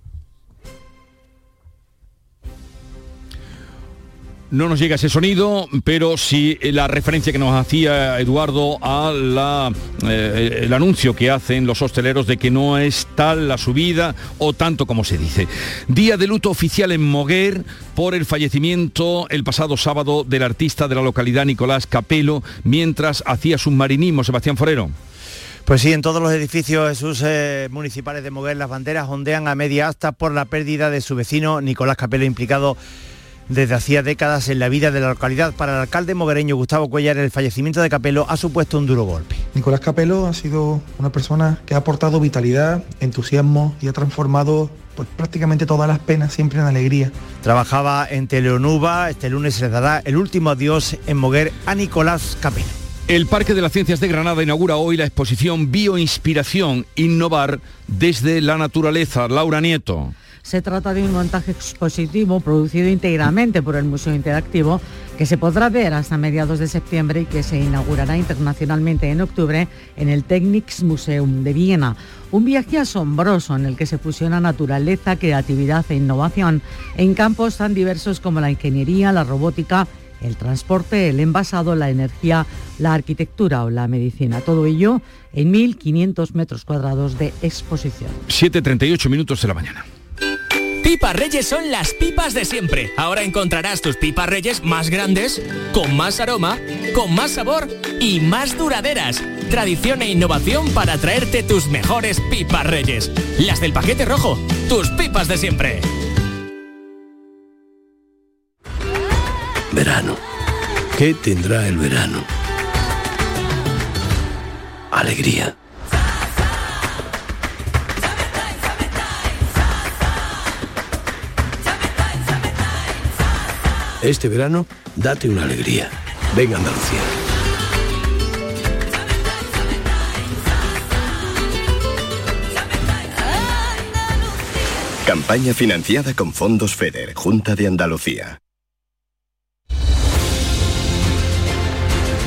No nos llega ese sonido, pero sí la referencia que nos hacía Eduardo a la, eh, el anuncio que hacen los hosteleros de que no es tal la subida o tanto como se dice. Día de luto oficial en Moguer por el fallecimiento el pasado sábado del artista de la localidad Nicolás Capelo mientras hacía submarinismo. Sebastián Forero. Pues sí, en todos los edificios Jesús, eh, municipales de Moguer las banderas ondean a media asta por la pérdida de su vecino Nicolás Capelo, implicado desde hacía décadas en la vida de la localidad. Para el alcalde moguereño Gustavo Cuellar, el fallecimiento de Capelo ha supuesto un duro golpe. Nicolás Capelo ha sido una persona que ha aportado vitalidad, entusiasmo y ha transformado pues, prácticamente todas las penas siempre en alegría. Trabajaba en Teleonuba. Este lunes se le dará el último adiós en Moguer a Nicolás Capelo. El Parque de las Ciencias de Granada inaugura hoy la exposición Bioinspiración, innovar desde la naturaleza. Laura Nieto. Se trata de un montaje expositivo producido íntegramente por el Museo Interactivo que se podrá ver hasta mediados de septiembre y que se inaugurará internacionalmente en octubre en el Technikmuseum de Viena. Un viaje asombroso en el que se fusiona naturaleza, creatividad e innovación en campos tan diversos como la ingeniería, la robótica, el transporte, el envasado, la energía, la arquitectura o la medicina. Todo ello en mil quinientos metros cuadrados de exposición. siete treinta y ocho minutos de la mañana. Pipas Reyes son las pipas de siempre. Ahora encontrarás tus pipas Reyes más grandes, con más aroma, con más sabor y más duraderas. Tradición e innovación para traerte tus mejores pipas Reyes. Las del paquete rojo, tus pipas de siempre. Verano. ¿Qué tendrá el verano? Alegría. Este verano, date una alegría. Venga Andalucía. Campaña financiada con fondos FEDER, Junta de Andalucía.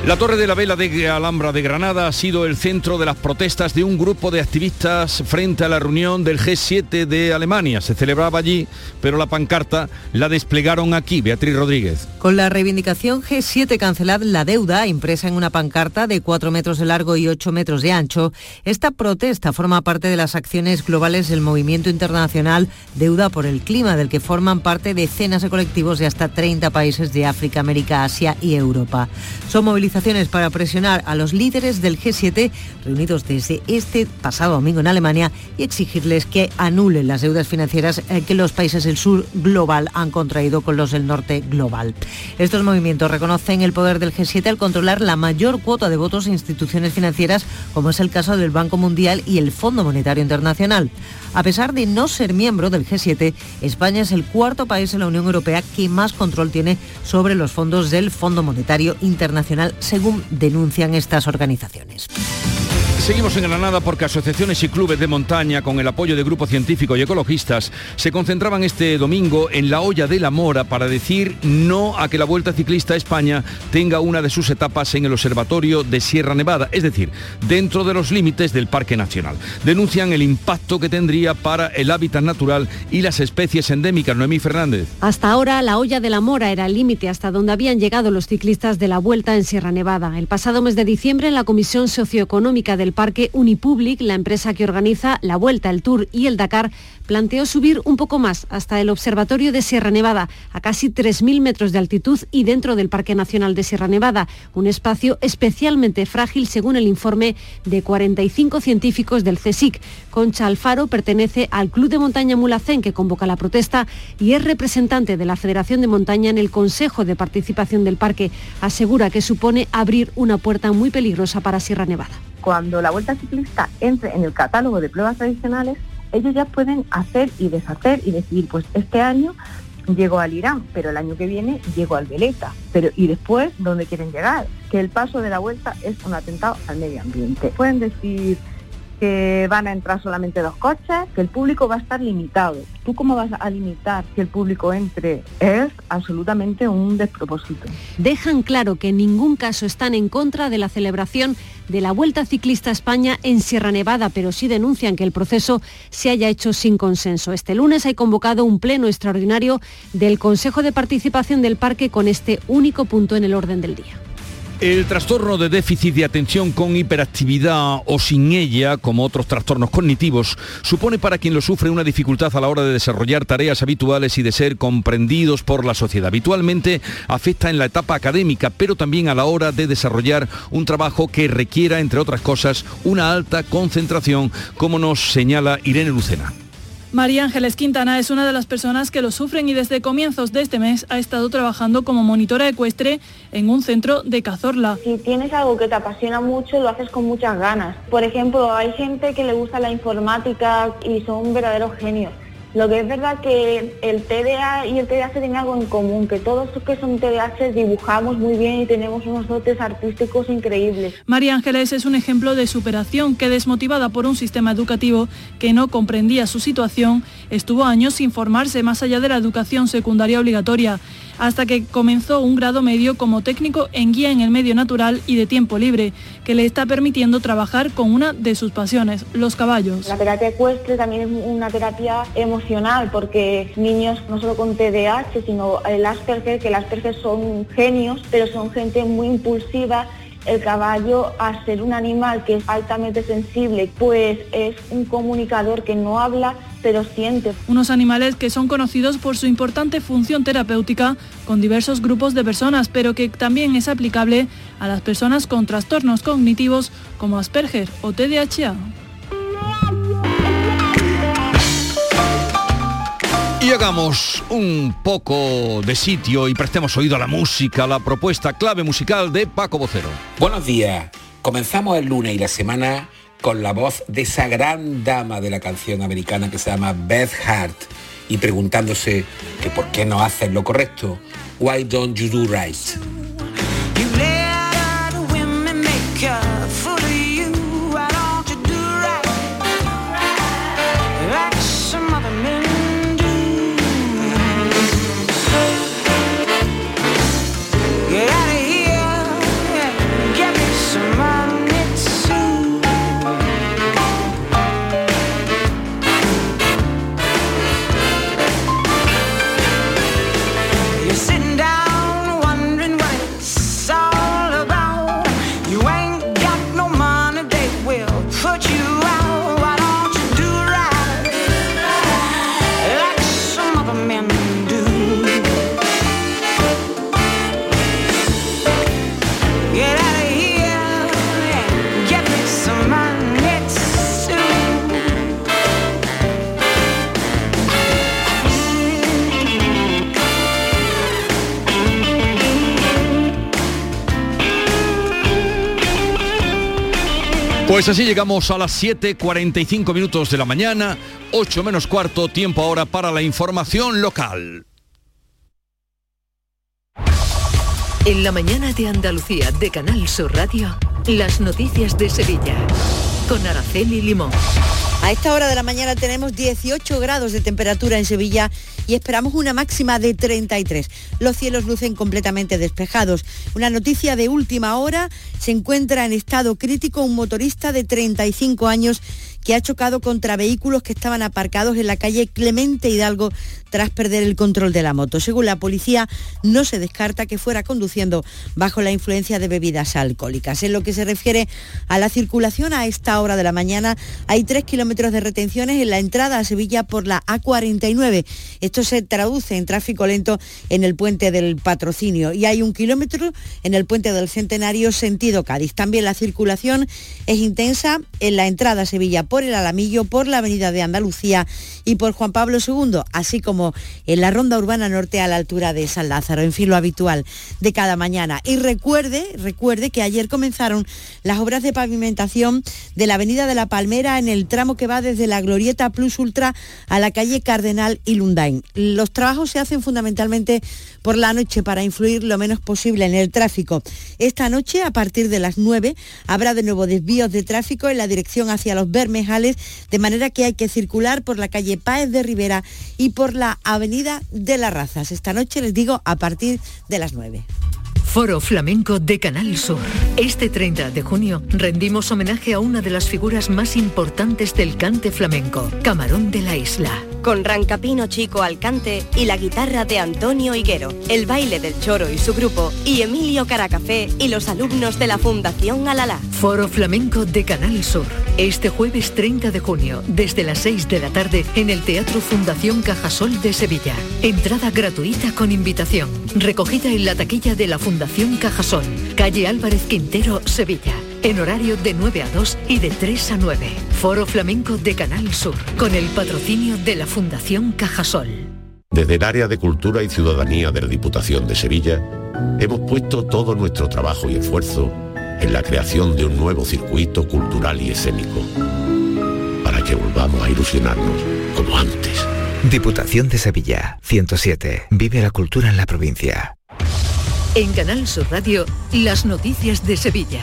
La Torre de la Vela de Alhambra de Granada ha sido el centro de las protestas de un grupo de activistas frente a la reunión del G siete de Alemania. Se celebraba allí, pero la pancarta la desplegaron aquí. Beatriz Rodríguez. Con la reivindicación G siete cancelad la deuda, impresa en una pancarta de cuatro metros de largo y ocho metros de ancho, esta protesta forma parte de las acciones globales del movimiento internacional Deuda por el Clima, del que forman parte decenas de colectivos de hasta treinta países de África, América, Asia y Europa. Son movilizaciones para presionar a los líderes del G siete reunidos desde este pasado domingo en Alemania y exigirles que anulen las deudas financieras que los países del sur global han contraído con los del norte global. Estos movimientos reconocen el poder del G siete al controlar la mayor cuota de votos en instituciones financieras, como es el caso del Banco Mundial y el Fondo Monetario Internacional. A pesar de no ser miembro del G siete, España es el cuarto país en la Unión Europea que más control tiene sobre los fondos del Fondo Monetario Internacional, según denuncian estas organizaciones. Seguimos en Granada porque asociaciones y clubes de montaña, con el apoyo de grupos científicos y ecologistas, se concentraban este domingo en la Hoya de la Mora para decir no a que la Vuelta Ciclista a España tenga una de sus etapas en el Observatorio de Sierra Nevada, es decir, dentro de los límites del Parque Nacional. Denuncian el impacto que tendría para el hábitat natural y las especies endémicas. Noemí Fernández. Hasta ahora, la Hoya de la Mora era el límite hasta donde habían llegado los ciclistas de la Vuelta en Sierra Nevada. El pasado mes de diciembre, en la Comisión Socioeconómica del Parque Unipublic, la empresa que organiza la Vuelta, el Tour y el Dakar, planteó subir un poco más hasta el Observatorio de Sierra Nevada, a casi tres mil metros de altitud y dentro del Parque Nacional de Sierra Nevada, un espacio especialmente frágil según el informe de cuarenta y cinco científicos del CSIC. Concha Alfaro pertenece al Club de Montaña Mulhacén, que convoca la protesta, y es representante de la Federación de Montaña en el Consejo de Participación del Parque. Asegura que supone abrir una puerta muy peligrosa para Sierra Nevada. Cuando la Vuelta Ciclista entre en el catálogo de pruebas tradicionales, ellos ya pueden hacer y deshacer y decidir, pues este año llego al Irán, pero el año que viene llego al Veleta. Pero ¿y después dónde quieren llegar? Que el paso de la Vuelta es un atentado al medio ambiente. Pueden decir que van a entrar solamente dos coches, que el público va a estar limitado. ¿Tú cómo vas a limitar que el público entre? Es absolutamente un despropósito. Dejan claro que en ningún caso están en contra de la celebración de la Vuelta Ciclista a España en Sierra Nevada, pero sí denuncian que el proceso se haya hecho sin consenso. Este lunes hay convocado un pleno extraordinario del Consejo de Participación del Parque con este único punto en el orden del día. El trastorno de déficit de atención con hiperactividad o sin ella, como otros trastornos cognitivos, supone para quien lo sufre una dificultad a la hora de desarrollar tareas habituales y de ser comprendidos por la sociedad. Habitualmente afecta en la etapa académica, pero también a la hora de desarrollar un trabajo que requiera, entre otras cosas, una alta concentración, como nos señala Irene Lucena. María Ángeles Quintana es una de las personas que lo sufren y desde comienzos de este mes ha estado trabajando como monitora ecuestre en un centro de Cazorla. Si tienes algo que te apasiona mucho, lo haces con muchas ganas. Por ejemplo, hay gente que le gusta la informática y son verdaderos genios. Lo que es verdad que el T D A y el T D A H tienen algo en común, que todos los que son T D A H dibujamos muy bien y tenemos unos dotes artísticos increíbles. María Ángeles es un ejemplo de superación que, desmotivada por un sistema educativo que no comprendía su situación, estuvo años sin formarse más allá de la educación secundaria obligatoria, hasta que comenzó un grado medio como técnico en guía en el medio natural y de tiempo libre, que le está permitiendo trabajar con una de sus pasiones, los caballos. La terapia ecuestre también es una terapia emocional, porque niños no solo con T D A H, sino el Asperger, que el Asperger son genios, pero son gente muy impulsiva. El caballo, al ser un animal que es altamente sensible, pues es un comunicador que no habla, pero siente. Unos animales que son conocidos por su importante función terapéutica con diversos grupos de personas, pero que también es aplicable a las personas con trastornos cognitivos como Asperger o T D A H. Y hagamos un poco de sitio y prestemos oído a la música, a la propuesta clave musical de Paco Vocero. Buenos días. Comenzamos el lunes y la semana con la voz de esa gran dama de la canción americana que se llama Beth Hart y preguntándose que por qué no hacen lo correcto. Why don't you do right? Get out of here, Pues así llegamos a las siete cuarenta y cinco minutos de la mañana, ocho menos cuarto, tiempo ahora para la información local. En la mañana de Andalucía de Canal Sur Radio, las noticias de Sevilla, con Araceli Limón. A esta hora de la mañana tenemos dieciocho grados de temperatura en Sevilla y esperamos una máxima de treinta y tres. Los cielos lucen completamente despejados. Una noticia de última hora: se encuentra en estado crítico un motorista de treinta y cinco años que ha chocado contra vehículos que estaban aparcados en la calle Clemente Hidalgo tras perder el control de la moto. Según la policía, no se descarta que fuera conduciendo bajo la influencia de bebidas alcohólicas. En lo que se refiere a la circulación, a esta hora de la mañana hay tres kilómetros de retenciones en la entrada a Sevilla por la A cuarenta y nueve. Esto se traduce en tráfico lento en el puente del Patrocinio y hay un kilómetro en el puente del Centenario sentido Cádiz. También la circulación es intensa en la entrada a Sevilla por el Alamillo, por la avenida de Andalucía y por Juan Pablo segundo, así como en la ronda urbana norte a la altura de San Lázaro, en fin, lo habitual de cada mañana. Y recuerde, recuerde que ayer comenzaron las obras de pavimentación de la avenida de la Palmera en el tramo que va desde la Glorieta Plus Ultra a la calle Cardenal y Lundain. Los trabajos se hacen fundamentalmente por la noche para influir lo menos posible en el tráfico. Esta noche, a partir de las nueve, habrá de nuevo desvíos de tráfico en la dirección hacia los Bermejales, de manera que hay que circular por la calle Páez de Rivera y por la avenida de las Razas. Esta noche, les digo, a partir de las nueve. Foro Flamenco de Canal Sur. Este treinta de junio rendimos homenaje a una de las figuras más importantes del cante flamenco, Camarón de la Isla. Con Rancapino Chico al cante y la guitarra de Antonio Higuero, el baile del Choro y su grupo, y Emilio Caracafé y los alumnos de la Fundación Alalá. Foro Flamenco de Canal Sur. Este jueves treinta de junio, desde las seis de la tarde, en el Teatro Fundación Cajasol de Sevilla. Entrada gratuita con invitación. Recogida en la taquilla de la Fundación Cajasol, calle Álvarez Quintero, Sevilla. En horario de nueve a dos y de tres a nueve. Foro Flamenco de Canal Sur, con el patrocinio de la Fundación Cajasol. Desde el área de Cultura y Ciudadanía de la Diputación de Sevilla, hemos puesto todo nuestro trabajo y esfuerzo en la creación de un nuevo circuito cultural y escénico, para que volvamos a ilusionarnos como antes. Diputación de Sevilla, ciento siete. Vive la cultura en la provincia. En Canal Sur Radio, las noticias de Sevilla.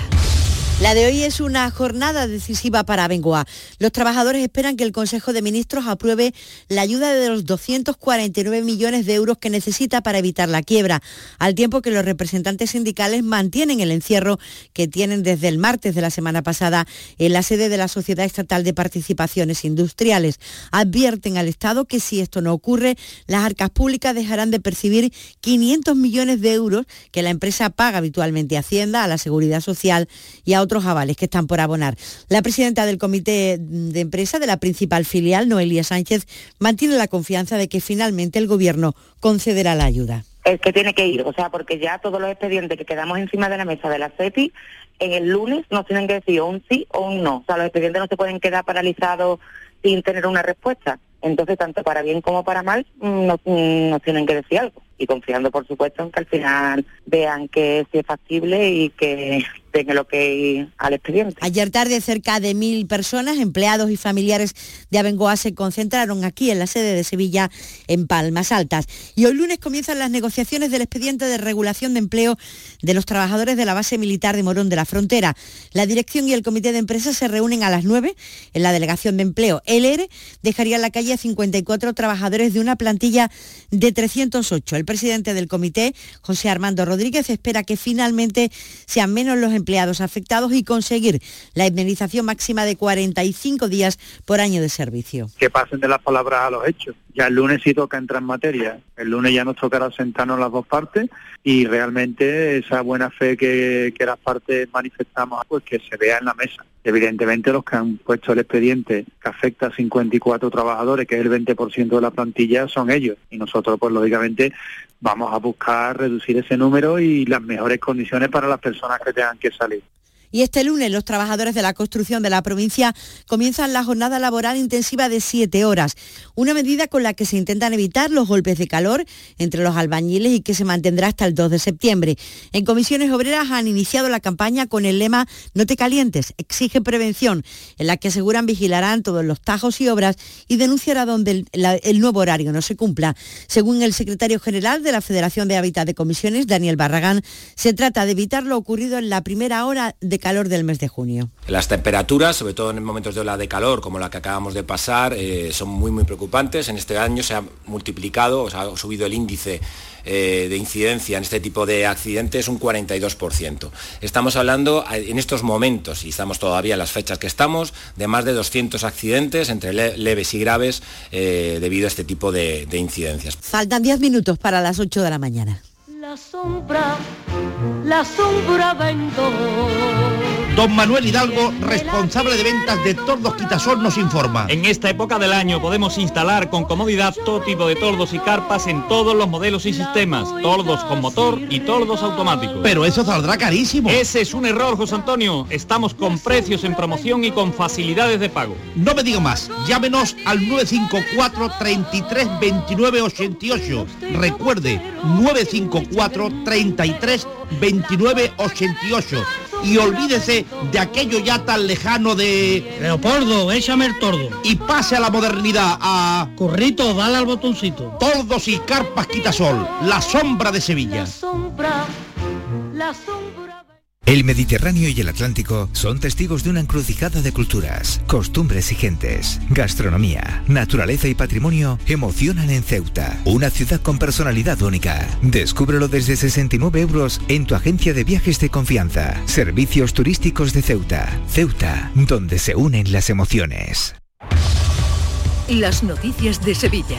La de hoy es una jornada decisiva para Abengoa. Los trabajadores esperan que el Consejo de Ministros apruebe la ayuda de los doscientos cuarenta y nueve millones de euros que necesita para evitar la quiebra, al tiempo que los representantes sindicales mantienen el encierro que tienen desde el martes de la semana pasada en la sede de la Sociedad Estatal de Participaciones Industriales. Advierten al Estado que si esto no ocurre, las arcas públicas dejarán de percibir quinientos millones de euros que la empresa paga habitualmente a Hacienda, a la Seguridad Social y a otros avales que están por abonar. La presidenta del comité de empresa de la principal filial, Noelia Sánchez, mantiene la confianza de que finalmente el Gobierno concederá la ayuda. Es que tiene que ir, o sea, porque ya todos los expedientes que quedamos encima de la mesa de la SEPI, en el lunes nos tienen que decir o un sí o un no. O sea, los expedientes no se pueden quedar paralizados sin tener una respuesta. Entonces, tanto para bien como para mal, nos, nos tienen que decir algo. Y confiando, por supuesto, en que al final vean que sí es factible y que tenga lo que al expediente. Ayer tarde, cerca de mil personas, empleados y familiares de Abengoa, se concentraron aquí en la sede de Sevilla, en Palmas Altas. Y hoy lunes comienzan las negociaciones del expediente de regulación de empleo de los trabajadores de la base militar de Morón de la Frontera. La dirección y el comité de empresa se reúnen a las nueve en la delegación de empleo. El E R E dejaría en la calle a cincuenta y cuatro trabajadores de una plantilla de trescientos ocho. El presidente del comité, José Armando Rodríguez, espera que finalmente sean menos los empleados afectados y conseguir la indemnización máxima de cuarenta y cinco días por año de servicio. Que pasen de las palabras a los hechos. Ya el lunes sí toca entrar en materia. El lunes ya nos tocará sentarnos las dos partes y realmente esa buena fe que, que las partes manifestamos, pues que se vea en la mesa. Evidentemente los que han puesto el expediente que afecta a cincuenta y cuatro trabajadores, que es el veinte por ciento de la plantilla, son ellos. Y nosotros, pues lógicamente, vamos a buscar reducir ese número y las mejores condiciones para las personas que tengan que salir. Y este lunes los trabajadores de la construcción de la provincia comienzan la jornada laboral intensiva de siete horas, una medida con la que se intentan evitar los golpes de calor entre los albañiles y que se mantendrá hasta el dos de septiembre. En Comisiones Obreras han iniciado la campaña con el lema "No te calientes, exige prevención", en la que aseguran vigilarán todos los tajos y obras y denunciará donde el, la, el nuevo horario no se cumpla. Según el secretario general de la Federación de Hábitat de Comisiones, Daniel Barragán, se trata de evitar lo ocurrido en la primera hora de calor del mes de junio. Las temperaturas, sobre todo en momentos de ola de calor como la que acabamos de pasar, eh, son muy muy preocupantes. En este año se ha multiplicado, o sea, ha subido el índice eh, de incidencia en este tipo de accidentes un cuarenta y dos por ciento. Estamos hablando en estos momentos, y estamos todavía en las fechas que estamos, de más de doscientos accidentes entre le- leves y graves eh, debido a este tipo de, de incidencias. Faltan diez minutos para las ocho de la mañana. La sombra, la sombra vendo. Don Manuel Hidalgo, responsable de ventas de Tordos Quitasol, nos informa. En esta época del año podemos instalar con comodidad todo tipo de tordos y carpas en todos los modelos y sistemas, tordos con motor y tordos automáticos. Pero eso saldrá carísimo. Ese es un error, José Antonio. Estamos con precios en promoción y con facilidades de pago. No me diga más, llámenos al nueve cinco cuatro, treinta y tres, veintinueve, ochenta y ocho. Recuerde, nueve cinco cuatro, treinta y tres, veintinueve, ochenta y ocho. Y olvídese de aquello ya tan lejano de... Leopoldo, échame el tordo. Y pase a la modernidad, a... Currito, dale al botoncito. Tordos y carpas Quitasol, la sombra de Sevilla. La sombra, la sombra. El Mediterráneo y el Atlántico son testigos de una encrucijada de culturas, costumbres y gentes. Gastronomía, naturaleza y patrimonio emocionan en Ceuta, una ciudad con personalidad única. Descúbrelo desde sesenta y nueve euros en tu agencia de viajes de confianza. Servicios turísticos de Ceuta. Ceuta, donde se unen las emociones. Las noticias de Sevilla.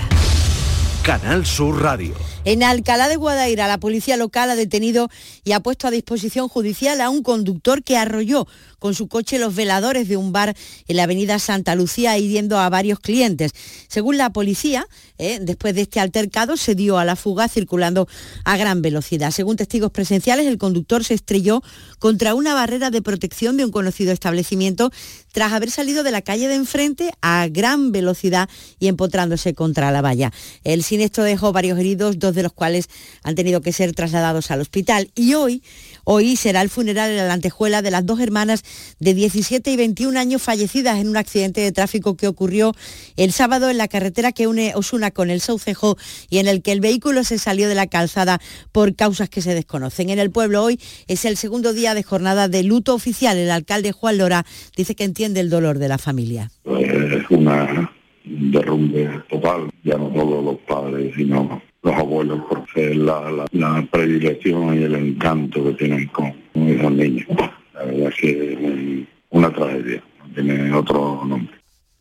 Canal Sur Radio. En Alcalá de Guadaira, la policía local ha detenido y ha puesto a disposición judicial a un conductor que arrolló con su coche los veladores de un bar en la avenida Santa Lucía, hiriendo a varios clientes. Según la policía, eh, después de este altercado se dio a la fuga circulando a gran velocidad. Según testigos presenciales, el conductor se estrelló contra una barrera de protección de un conocido establecimiento tras haber salido de la calle de enfrente a gran velocidad y empotrándose contra la valla. El siniestro dejó varios heridos, dos de los cuales han tenido que ser trasladados al hospital. Y hoy, hoy será el funeral en la Antejuela de las dos hermanas de diecisiete y veintiún años fallecidas en un accidente de tráfico que ocurrió el sábado en la carretera que une Osuna con el Saucejo y en el que el vehículo se salió de la calzada por causas que se desconocen. En el pueblo hoy es el segundo día de jornada de luto oficial. El alcalde Juan Lora dice que entiende el dolor de la familia. Es una derrumbe total, ya no solo los padres, sino los abuelos, porque es la, la, la predilección y el encanto que tienen con, con esos niños. La verdad es que es una tragedia, no tiene otro nombre.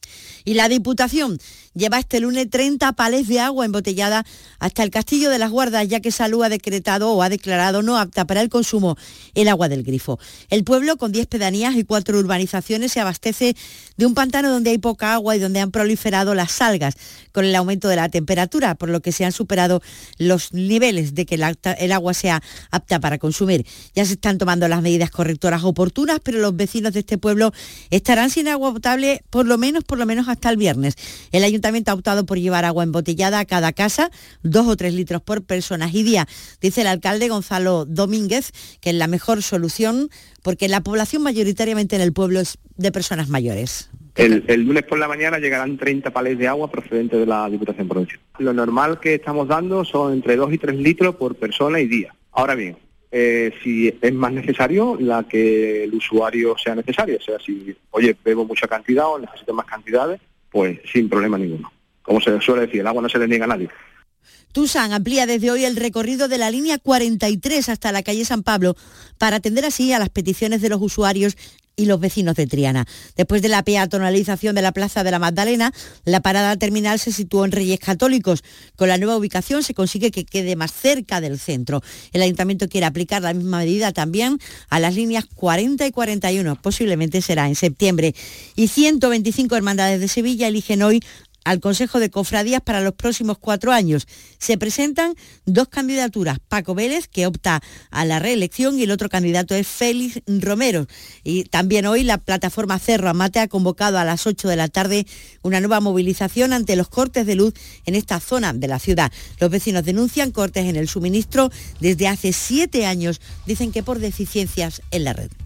Y la Diputación lleva este lunes treinta palés de agua embotellada hasta el Castillo de las Guardas, ya que Salud ha decretado o ha declarado no apta para el consumo el agua del grifo. El pueblo, con diez pedanías y cuatro urbanizaciones, se abastece de un pantano donde hay poca agua y donde han proliferado las algas con el aumento de la temperatura, por lo que se han superado los niveles de que el, el agua sea apta para consumir. Ya se están tomando las medidas correctoras oportunas, pero los vecinos de este pueblo estarán sin agua potable por lo menos, por lo menos hasta el viernes. El Ayuntamiento ha optado por llevar agua embotellada a cada casa, dos o tres litros por persona y día. Dice el alcalde Gonzalo Domínguez que es la mejor solución porque la población mayoritariamente en el pueblo es de personas mayores. El, el lunes por la mañana llegarán treinta palés de agua procedentes de la Diputación Provincial. Lo normal que estamos dando son entre dos y tres litros por persona y día. Ahora bien, eh, si es más necesario, la que el usuario sea necesario. O sea, si, oye, bebo mucha cantidad o necesito más cantidades, pues sin problema ninguno. Como se suele decir, el agua no se le niega a nadie. Tusan amplía desde hoy el recorrido de la línea cuarenta y tres hasta la calle San Pablo para atender así a las peticiones de los usuarios y los vecinos de Triana. Después de la peatonalización de la Plaza de la Magdalena, la parada terminal se situó en Reyes Católicos. Con la nueva ubicación se consigue que quede más cerca del centro. El Ayuntamiento quiere aplicar la misma medida también a las líneas cuarenta y cuarenta y uno. Posiblemente será en septiembre. Y ciento veinticinco hermandades de Sevilla eligen hoy al Consejo de Cofradías para los próximos cuatro años. Se presentan dos candidaturas, Paco Vélez, que opta a la reelección, y el otro candidato es Félix Romero. Y también hoy la plataforma Cerro Amate ha convocado a las ocho de la tarde una nueva movilización ante los cortes de luz en esta zona de la ciudad. Los vecinos denuncian cortes en el suministro desde hace siete años. Dicen que por deficiencias en la red.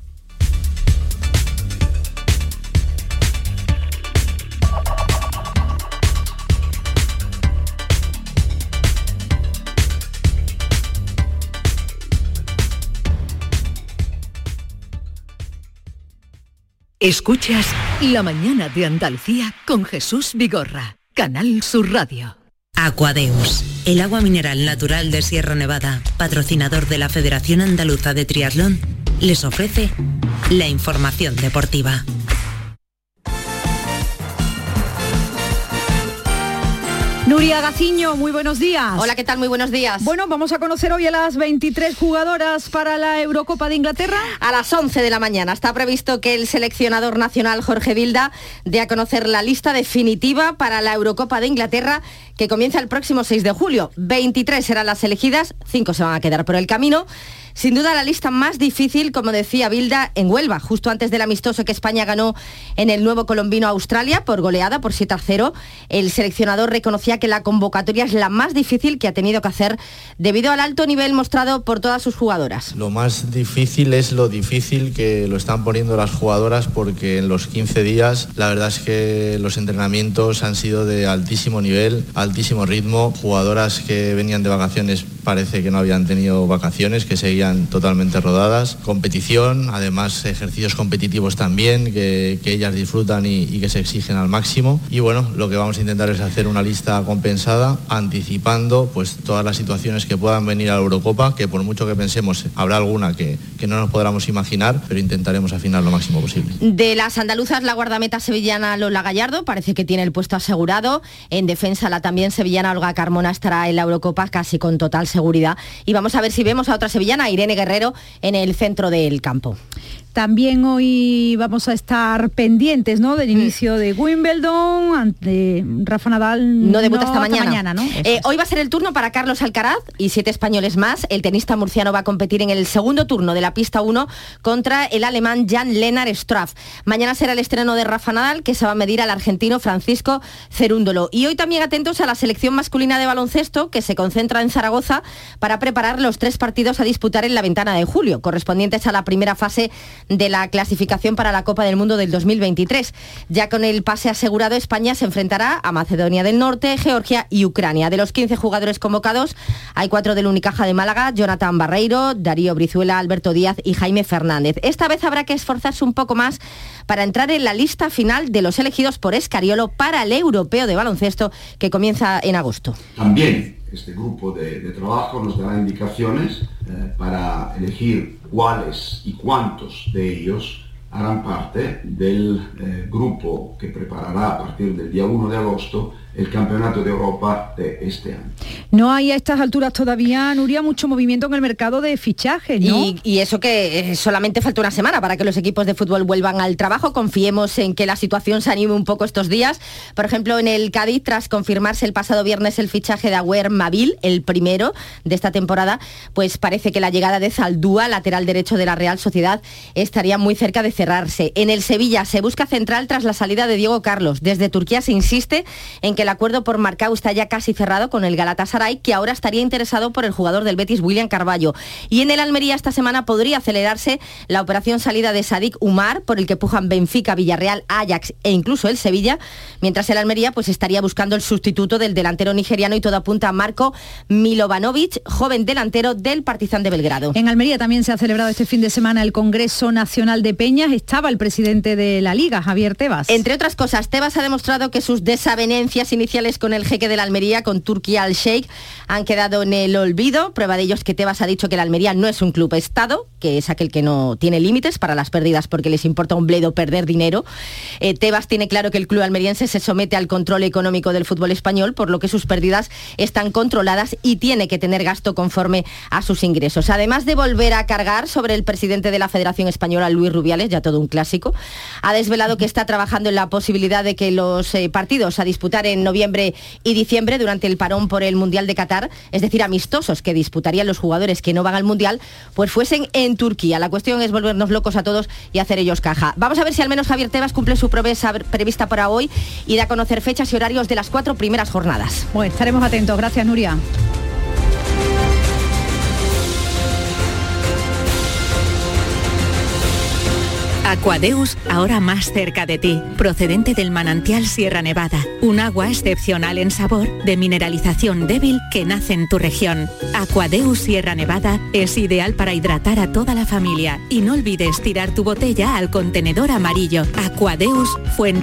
Escuchas La Mañana de Andalucía con Jesús Vigorra, Canal Sur Radio. Aquadeus, el agua mineral natural de Sierra Nevada, patrocinador de la Federación Andaluza de Triatlón, les ofrece la información deportiva. Nuria Gaciño, muy buenos días. Hola, ¿qué tal? Muy buenos días. Bueno, vamos a conocer hoy a las veintitrés jugadoras para la Eurocopa de Inglaterra. A las once de la mañana está previsto que el seleccionador nacional Jorge Vilda dé a conocer la lista definitiva para la Eurocopa de Inglaterra, que comienza el próximo seis de julio. veintitrés serán las elegidas, cinco se van a quedar por el camino. Sin duda la lista más difícil, como decía Vilda, en Huelva, justo antes del amistoso que España ganó en el nuevo colombino a Australia por goleada, por siete a cero. El seleccionador reconocía que la convocatoria es la más difícil que ha tenido que hacer debido al alto nivel mostrado por todas sus jugadoras. Lo más difícil es lo difícil que lo están poniendo las jugadoras, porque en los quince días la verdad es que los entrenamientos han sido de altísimo nivel, altísimo ritmo. Jugadoras que venían de vacaciones parece que no habían tenido vacaciones, que seguían totalmente rodadas. Competición, además ejercicios competitivos también, que, que ellas disfrutan y, y que se exigen al máximo. Y bueno, lo que vamos a intentar es hacer una lista compensada, anticipando pues todas las situaciones que puedan venir a la Eurocopa, que por mucho que pensemos habrá alguna que, que no nos podamos imaginar, pero intentaremos afinar lo máximo posible. De las andaluzas, la guardameta sevillana Lola Gallardo parece que tiene el puesto asegurado. En defensa, la también sevillana Olga Carmona estará en la Eurocopa casi con total seguridad. Y vamos a ver si vemos a otra sevillana, Irene Guerrero, en el centro del campo. También hoy vamos a estar pendientes, ¿no?, del inicio de Wimbledon ante Rafa Nadal. No debuta no, hasta mañana. mañana ¿no? eh, hoy va a ser el turno para Carlos Alcaraz y siete españoles más. El tenista murciano va a competir en el segundo turno de la pista uno contra el alemán Jan-Lennart Struff. Mañana será el estreno de Rafa Nadal, que se va a medir al argentino Francisco Cerúndolo. Y hoy también atentos a la selección masculina de baloncesto, que se concentra en Zaragoza para preparar los tres partidos a disputar en la ventana de julio, correspondientes a la primera fase de la clasificación para la Copa del Mundo del dos mil veintitrés. Ya con el pase asegurado, España se enfrentará a Macedonia del Norte, Georgia y Ucrania. De los quince jugadores convocados, hay cuatro del Unicaja de Málaga: Jonathan Barreiro, Darío Brizuela, Alberto Díaz y Jaime Fernández. Esta vez habrá que esforzarse un poco más para entrar en la lista final de los elegidos por Escariolo para el Europeo de Baloncesto, que comienza en agosto. También este grupo de, de trabajo nos dará indicaciones eh, para elegir cuáles y cuántos de ellos harán parte del eh, grupo que preparará a partir del día uno de agosto el Campeonato de Europa de este año. No hay a estas alturas todavía, Nuria, mucho movimiento en el mercado de fichajes, ¿no? Y, y eso que eh, solamente falta una semana para que los equipos de fútbol vuelvan al trabajo. Confiemos en que la situación se anime un poco estos días. Por ejemplo, en el Cádiz, tras confirmarse el pasado viernes el fichaje de Agüer Mabil, el primero de esta temporada, pues parece que la llegada de Zaldúa, lateral derecho de la Real Sociedad, estaría muy cerca de cerrarse. En el Sevilla se busca central tras la salida de Diego Carlos. Desde Turquía se insiste en que el acuerdo por Marcao está ya casi cerrado con el Galatasaray, que ahora estaría interesado por el jugador del Betis, William Carballo. Y en el Almería esta semana podría acelerarse la operación salida de Sadik Umar, por el que pujan Benfica, Villarreal, Ajax e incluso el Sevilla, mientras el Almería pues estaría buscando el sustituto del delantero nigeriano, y todo apunta a Marko Milovanovic, joven delantero del Partizan de Belgrado. En Almería también se ha celebrado este fin de semana el Congreso Nacional de Peñas. Estaba el presidente de la Liga, Javier Tebas. Entre otras cosas, Tebas ha demostrado que sus desavenencias iniciales con el jeque de la Almería, con Turki Al-Sheikh, han quedado en el olvido. Prueba de ello es que Tebas ha dicho que la Almería no es un club Estado, que es aquel que no tiene límites para las pérdidas porque les importa un bledo perder dinero. Eh, Tebas tiene claro que el club almeriense se somete al control económico del fútbol español, por lo que sus pérdidas están controladas y tiene que tener gasto conforme a sus ingresos. Además de volver a cargar sobre el presidente de la Federación Española, Luis Rubiales, ya todo un clásico, ha desvelado que está trabajando en la posibilidad de que los eh, partidos a disputar en noviembre y diciembre durante el parón por el Mundial de Qatar, es decir, amistosos que disputarían los jugadores que no van al Mundial, pues fuesen en Turquía. La cuestión es volvernos locos a todos y hacer ellos caja. Vamos a ver si al menos Javier Tebas cumple su promesa prevista para hoy y da a conocer fechas y horarios de las cuatro primeras jornadas. Bueno, estaremos atentos. Gracias, Nuria. Aquadeus, ahora más cerca de ti, procedente del manantial Sierra Nevada, un agua excepcional en sabor, de mineralización débil que nace en tu región. Aquadeus Sierra Nevada es ideal para hidratar a toda la familia y no olvides tirar tu botella al contenedor amarillo. Aquadeus, fuente